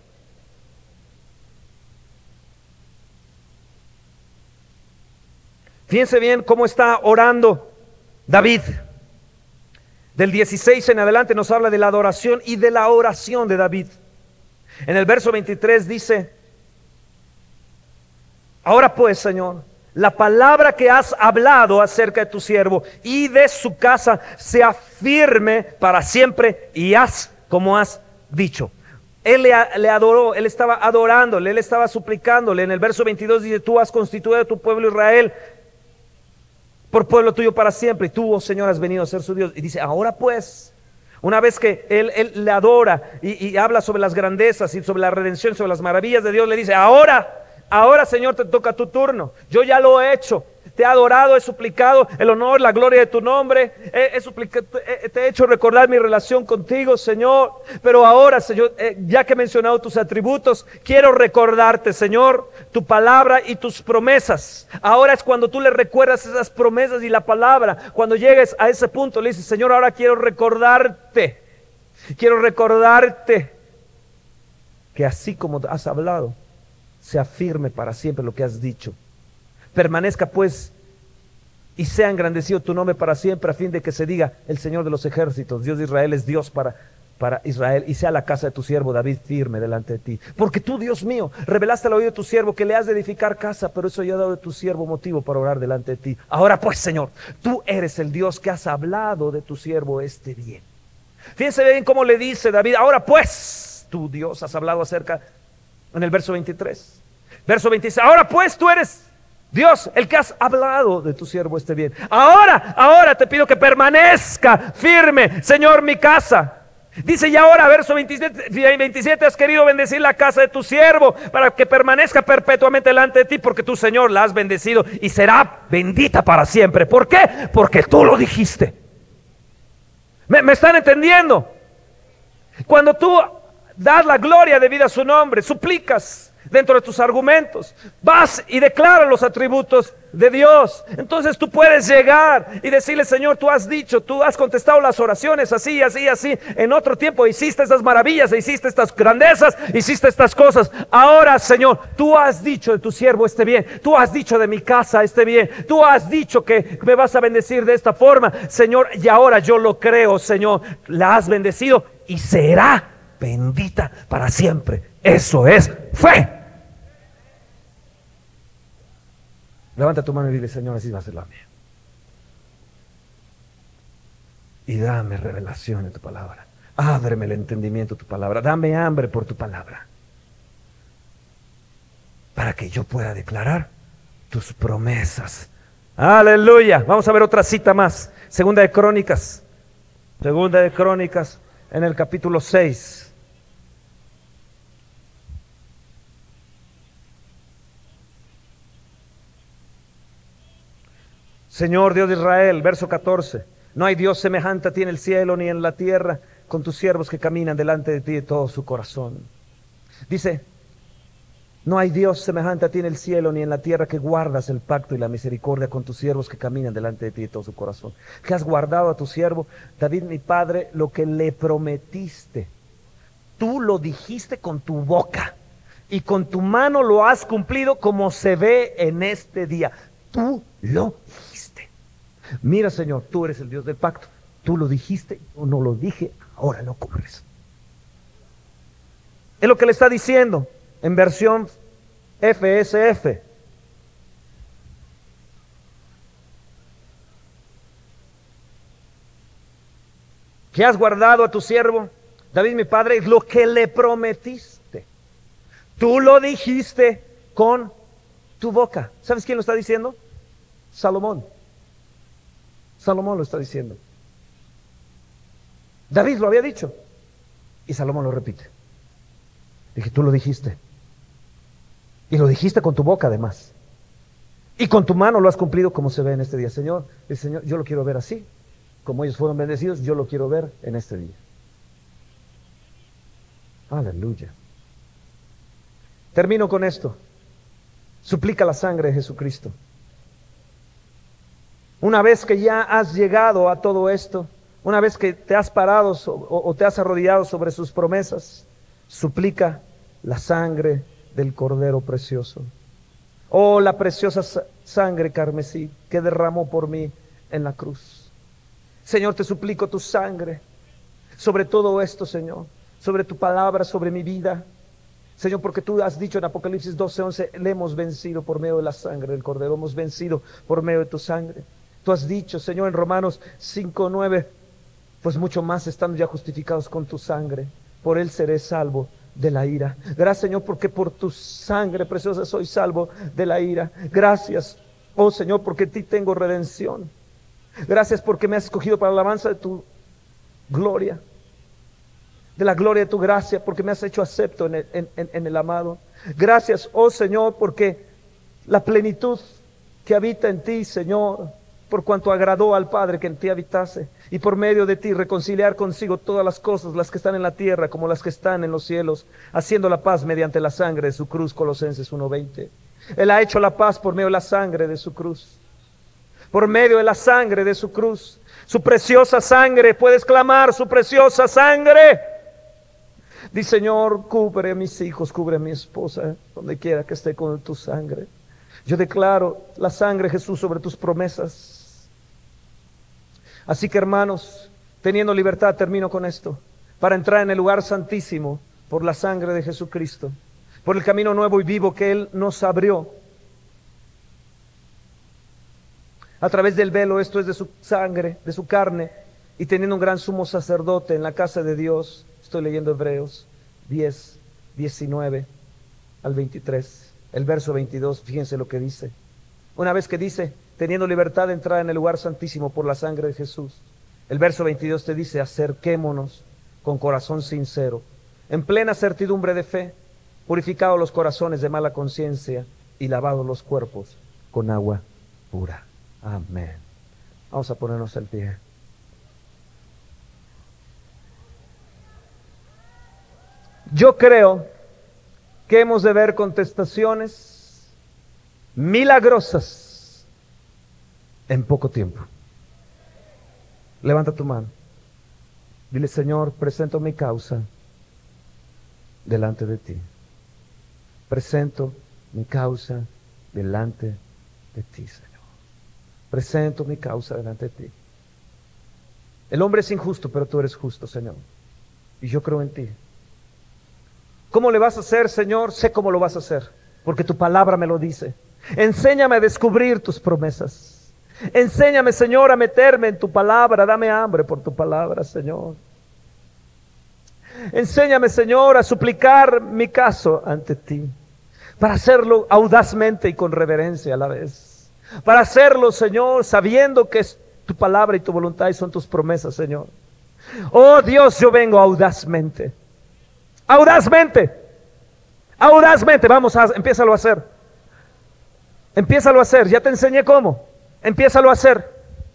Fíjense bien cómo está orando David. Del dieciséis en adelante nos habla de la adoración y de la oración de David. En el verso veintitrés dice, Ahora pues, Señor, la palabra que has hablado acerca de tu siervo y de su casa sea firme para siempre, y haz como has dicho. Él le, le adoró, él estaba adorándole, él estaba suplicándole. En el verso veintidós dice: tú has constituido a tu pueblo Israel por pueblo tuyo para siempre, y tú, oh Señor, has venido a ser su Dios. Y dice: ahora pues, una vez que él, él le adora y, y habla sobre las grandezas y sobre la redención, sobre las maravillas de Dios, le dice: ahora, ahora, Señor, te toca tu turno. Yo ya lo he hecho. Te he adorado, he suplicado el honor, la gloria de tu nombre. He, he suplicado, he, te he hecho recordar mi relación contigo, Señor. Pero ahora, Señor, eh, ya que he mencionado tus atributos, quiero recordarte, Señor, tu palabra y tus promesas. Ahora es cuando tú le recuerdas esas promesas y la palabra. Cuando llegues a ese punto, le dices: Señor, ahora quiero recordarte. Quiero recordarte que así como has hablado, sea firme para siempre lo que has dicho. Permanezca pues y sea engrandecido tu nombre para siempre, a fin de que se diga: el Señor de los ejércitos, Dios de Israel, es Dios para, para Israel, y sea la casa de tu siervo David firme delante de ti. Porque tú, Dios mío, revelaste al oído de tu siervo que le has de edificar casa, pero eso yo he dado de tu siervo motivo para orar delante de ti. Ahora pues, Señor, tú eres el Dios que has hablado de tu siervo este bien. Fíjense bien cómo le dice David: ahora pues, tú, Dios, has hablado acerca, en el verso veintitrés. Verso veintiséis: ahora pues, tú eres Dios, el que has hablado de tu siervo este bien. Ahora, ahora te pido que permanezca firme, Señor, mi casa. Dice: y ahora, verso veintisiete, veintisiete, has querido bendecir la casa de tu siervo para que permanezca perpetuamente delante de ti, porque tú, Señor, la has bendecido y será bendita para siempre. ¿Por qué? Porque tú lo dijiste. ¿Me, me están entendiendo? Cuando tú das la gloria debida a su nombre, suplicas dentro de tus argumentos, vas y declaras los atributos de Dios, entonces tú puedes llegar y decirle: Señor, tú has dicho, tú has contestado las oraciones así, así, así. En otro tiempo hiciste estas maravillas, hiciste estas grandezas, hiciste estas cosas. Ahora, Señor, tú has dicho de tu siervo este bien, tú has dicho de mi casa este bien, tú has dicho que me vas a bendecir de esta forma, Señor, y ahora yo lo creo, Señor. La has bendecido y será bendita para siempre. Eso es fe. Levanta tu mano y dile: Señor, así va a ser la mía. Y dame revelación de tu palabra. Ábreme el entendimiento de tu palabra. Dame hambre por tu palabra, para que yo pueda declarar tus promesas. Aleluya. Vamos a ver otra cita más. Segunda de Crónicas. Segunda de Crónicas, en el capítulo seis. Señor Dios de Israel, verso catorce: no hay Dios semejante a ti en el cielo ni en la tierra, con tus siervos que caminan delante de ti de todo su corazón. Dice: no hay Dios semejante a ti en el cielo ni en la tierra, que guardas el pacto y la misericordia con tus siervos que caminan delante de ti de todo su corazón. Que has guardado a tu siervo David mi padre lo que le prometiste. Tú lo dijiste con tu boca y con tu mano lo has cumplido, como se ve en este día. Tú lo dijiste. Mira, Señor, tú eres el Dios del pacto. Tú lo dijiste, yo no lo dije, ahora lo cumples. Es lo que le está diciendo en versión F S F. Que has guardado a tu siervo David mi padre lo que le prometiste. Tú lo dijiste con tu boca. ¿Sabes quién lo está diciendo? Salomón. Salomón lo está diciendo. David lo había dicho y Salomón lo repite. Dije: tú lo dijiste. Y lo dijiste con tu boca además. Y con tu mano lo has cumplido, como se ve en este día. Señor, el Señor, yo lo quiero ver así. Como ellos fueron bendecidos, yo lo quiero ver en este día. Aleluya. Termino con esto. Suplica la sangre de Jesucristo. Una vez que ya has llegado a todo esto, una vez que te has parado o, o te has arrodillado sobre sus promesas, suplica la sangre del Cordero precioso. Oh, la preciosa sangre carmesí que derramó por mí en la cruz. Señor, te suplico tu sangre sobre todo esto, Señor, sobre tu palabra, sobre mi vida. Señor, porque tú has dicho en Apocalipsis doce once, le hemos vencido por medio de la sangre del Cordero, hemos vencido por medio de tu sangre. Tú has dicho, Señor, en Romanos cinco nueve, pues mucho más estando ya justificados con tu sangre, por él seré salvo de la ira. Gracias, Señor, porque por tu sangre preciosa soy salvo de la ira. Gracias, oh Señor, porque en ti tengo redención. Gracias porque me has escogido para la alabanza de tu gloria, de la gloria de tu gracia, porque me has hecho acepto en el, en, en, en el amado. Gracias, oh Señor, porque la plenitud que habita en ti, Señor, por cuanto agradó al Padre que en ti habitase, y por medio de ti reconciliar consigo todas las cosas, las que están en la tierra como las que están en los cielos, haciendo la paz mediante la sangre de su cruz. Colosenses uno veinte. Él ha hecho la paz por medio de la sangre de su cruz, por medio de la sangre de su cruz, su preciosa sangre. Puedes clamar: su preciosa sangre. Di: Señor, cubre a mis hijos, cubre a mi esposa, donde quiera que esté, con tu sangre. Yo declaro la sangre, Jesús, sobre tus promesas. Así que, hermanos, teniendo libertad, termino con esto, para entrar en el lugar santísimo por la sangre de Jesucristo, por el camino nuevo y vivo que Él nos abrió a través del velo, esto es de su sangre, de su carne, y teniendo un gran sumo sacerdote en la casa de Dios. Estoy leyendo Hebreos diez, diecinueve al veintitrés. El verso veintidós, fíjense lo que dice. Una vez que dice, teniendo libertad de entrar en el lugar santísimo por la sangre de Jesús, el verso veintidós te dice: acerquémonos con corazón sincero, en plena certidumbre de fe, purificados los corazones de mala conciencia y lavados los cuerpos con agua pura. Amén. Vamos a ponernos al pie. Yo creo que hemos de ver contestaciones milagrosas en poco tiempo. Levanta tu mano. Dile: Señor, presento mi causa delante de ti. Presento mi causa delante de ti, Señor. Presento mi causa delante de ti. El hombre es injusto, pero tú eres justo, Señor. Y yo creo en ti. ¿Cómo le vas a hacer, Señor? Sé cómo lo vas a hacer, porque tu palabra me lo dice. Enséñame a descubrir tus promesas. Enséñame, Señor, a meterme en tu palabra. Dame hambre por tu palabra, Señor. Enséñame, Señor, a suplicar mi caso ante ti, para hacerlo audazmente y con reverencia a la vez. Para hacerlo, Señor, sabiendo que es tu palabra y tu voluntad y son tus promesas, Señor. Oh Dios, yo vengo audazmente. Audazmente, audazmente, vamos, a, empiézalo a hacer, empiézalo a hacer, ya te enseñé cómo, empiézalo a hacer,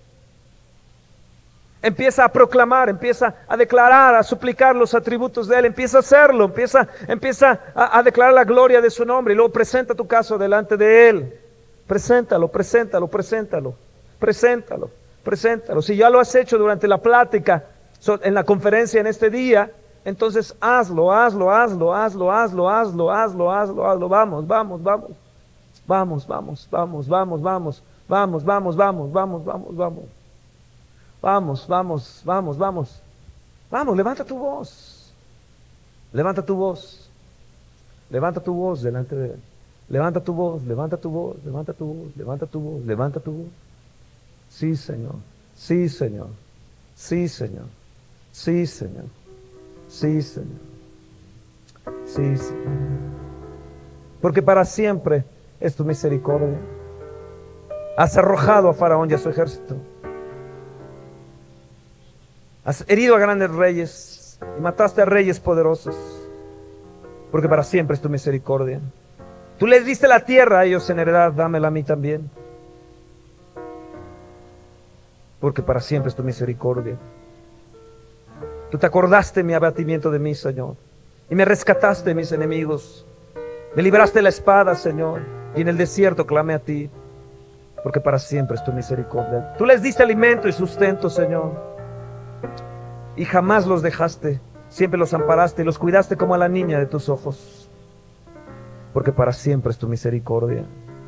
empieza a proclamar, empieza a declarar, a suplicar los atributos de Él, empieza a hacerlo, empieza, empieza a, a declarar la gloria de su nombre, y luego presenta tu caso delante de Él, preséntalo, preséntalo, preséntalo, preséntalo, preséntalo. Si ya lo has hecho durante la plática, en la conferencia en este día, entonces hazlo, hazlo, hazlo, hazlo, hazlo, hazlo, hazlo, hazlo, hazlo, vamos, vamos, vamos, vamos, vamos, vamos, vamos, vamos, vamos, vamos, vamos, vamos, vamos, vamos, vamos, vamos, vamos, vamos, vamos, levanta tu voz, levanta tu voz, levanta tu voz delante de Él, levanta tu voz, levanta tu voz, levanta tu voz, levanta tu voz, levanta tu voz. Sí, Señor, sí, Señor, sí, Señor, sí, Señor. Sí, Señor. Sí, Señor. Porque para siempre es tu misericordia. Has arrojado a Faraón y a su ejército. Has herido a grandes reyes y mataste a reyes poderosos. Porque para siempre es tu misericordia. Tú les diste la tierra a ellos en heredad, dámela a mí también. Porque para siempre es tu misericordia. Tú te acordaste mi abatimiento de mí, Señor, y me rescataste de mis enemigos. Me libraste de la espada, Señor, y en el desierto clamé a ti, porque para siempre es tu misericordia. Tú les diste alimento y sustento, Señor, y jamás los dejaste. Siempre los amparaste y los cuidaste como a la niña de tus ojos, porque para siempre es tu misericordia.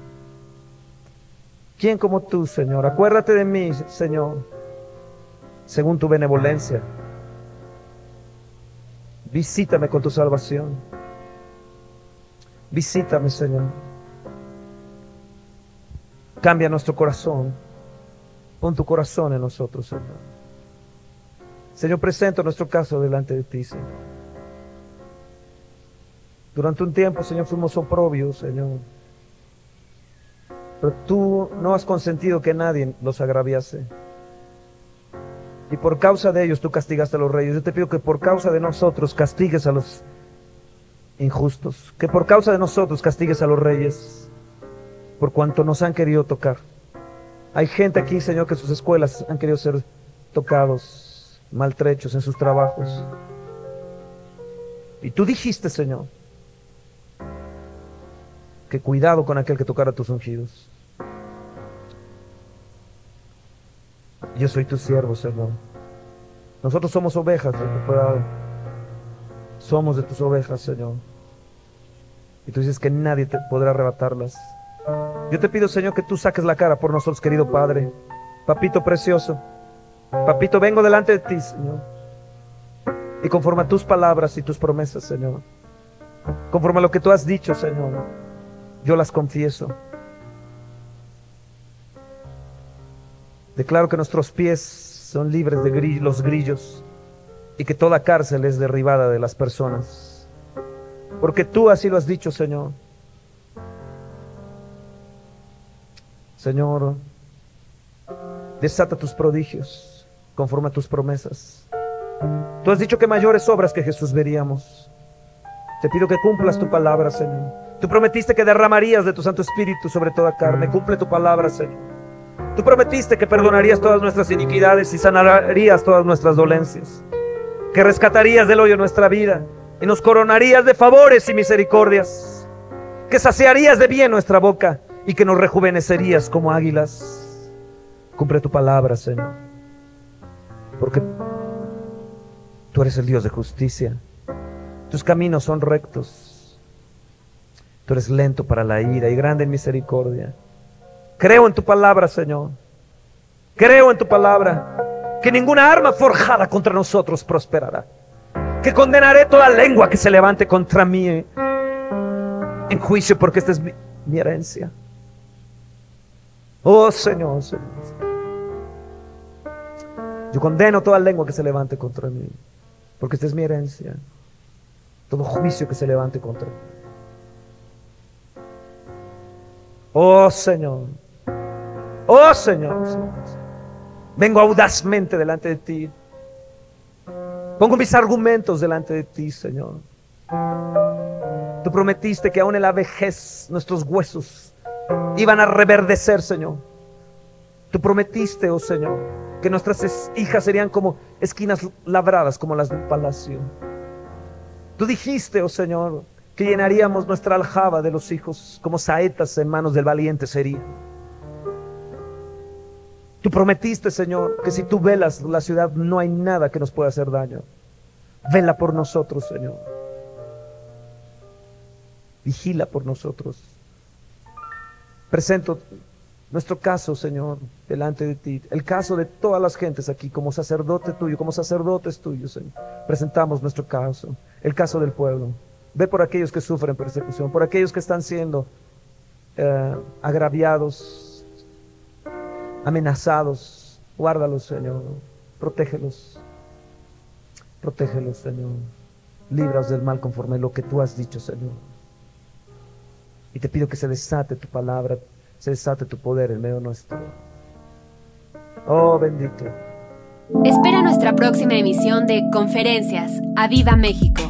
¿Quién como tú, Señor? Acuérdate de mí, Señor, según tu benevolencia. Visítame con tu salvación. Visítame, Señor. Cambia nuestro corazón. Pon tu corazón en nosotros, Señor. Señor, presento nuestro caso delante de ti, Señor. Durante un tiempo, Señor, fuimos oprobios, Señor. Pero tú no has consentido que nadie los agraviase. Y por causa de ellos tú castigaste a los reyes. Yo te pido que por causa de nosotros castigues a los injustos. Que por causa de nosotros castigues a los reyes. Por cuanto nos han querido tocar. Hay gente aquí, Señor, que sus escuelas han querido ser tocados, maltrechos en sus trabajos. Y tú dijiste, Señor, que cuidado con aquel que tocara tus ungidos. Yo soy tu siervo, Señor. Nosotros somos ovejas de tu prado. Somos de tus ovejas, Señor. Y tú dices que nadie te podrá arrebatarlas. Yo te pido, Señor, que tú saques la cara por nosotros, querido Padre. Papito precioso. Papito, vengo delante de ti, Señor. Y conforme a tus palabras y tus promesas, Señor. Conforme a lo que tú has dicho, Señor. Yo las confieso. Declaro que nuestros pies son libres de grill- los grillos y que toda cárcel es derribada de las personas. Porque tú así lo has dicho, Señor. Señor, desata tus prodigios conforme a tus promesas. Tú has dicho que mayores obras que Jesús veríamos. Te pido que cumplas tu palabra, Señor. Tú prometiste que derramarías de tu Santo Espíritu sobre toda carne. Cumple tu palabra, Señor. Tú prometiste que perdonarías todas nuestras iniquidades y sanarías todas nuestras dolencias. Que rescatarías del hoyo nuestra vida y nos coronarías de favores y misericordias. Que saciarías de bien nuestra boca y que nos rejuvenecerías como águilas. Cumple tu palabra, Señor. Porque tú eres el Dios de justicia. Tus caminos son rectos. Tú eres lento para la ira y grande en misericordia. Creo en tu palabra, Señor. Creo en tu palabra. Que ninguna arma forjada contra nosotros prosperará. Que condenaré toda lengua que se levante contra mí en juicio, porque esta es mi, mi herencia. Oh Señor, Señor. Yo condeno toda lengua que se levante contra mí, porque esta es mi herencia. Todo juicio que se levante contra mí. Oh Señor. Oh Señor, Señor. Vengo audazmente delante de ti. Pongo mis argumentos delante de ti, Señor. Tú prometiste que aún en la vejez nuestros huesos iban a reverdecer, Señor. Tú prometiste, oh Señor, que nuestras hijas serían como esquinas labradas, como las de un palacio. Tú dijiste, oh Señor, que llenaríamos nuestra aljaba de los hijos, como saetas en manos del valiente serían. Tú prometiste, Señor, que si tú velas la ciudad no hay nada que nos pueda hacer daño. Vela por nosotros, Señor. Vigila por nosotros. Presento nuestro caso, Señor, delante de ti. El caso de todas las gentes aquí, como sacerdote tuyo, como sacerdotes tuyos, Señor. Presentamos nuestro caso, el caso del pueblo. Ve por aquellos que sufren persecución, por aquellos que están siendo eh, agraviados, amenazados. Guárdalos, Señor. Protégelos. Protégelos, Señor. Líbralos del mal conforme a lo que tú has dicho, Señor. Y te pido que se desate tu palabra, se desate tu poder en medio nuestro. Oh, bendito. Espera nuestra próxima emisión de Conferencias. ¡A Viva México!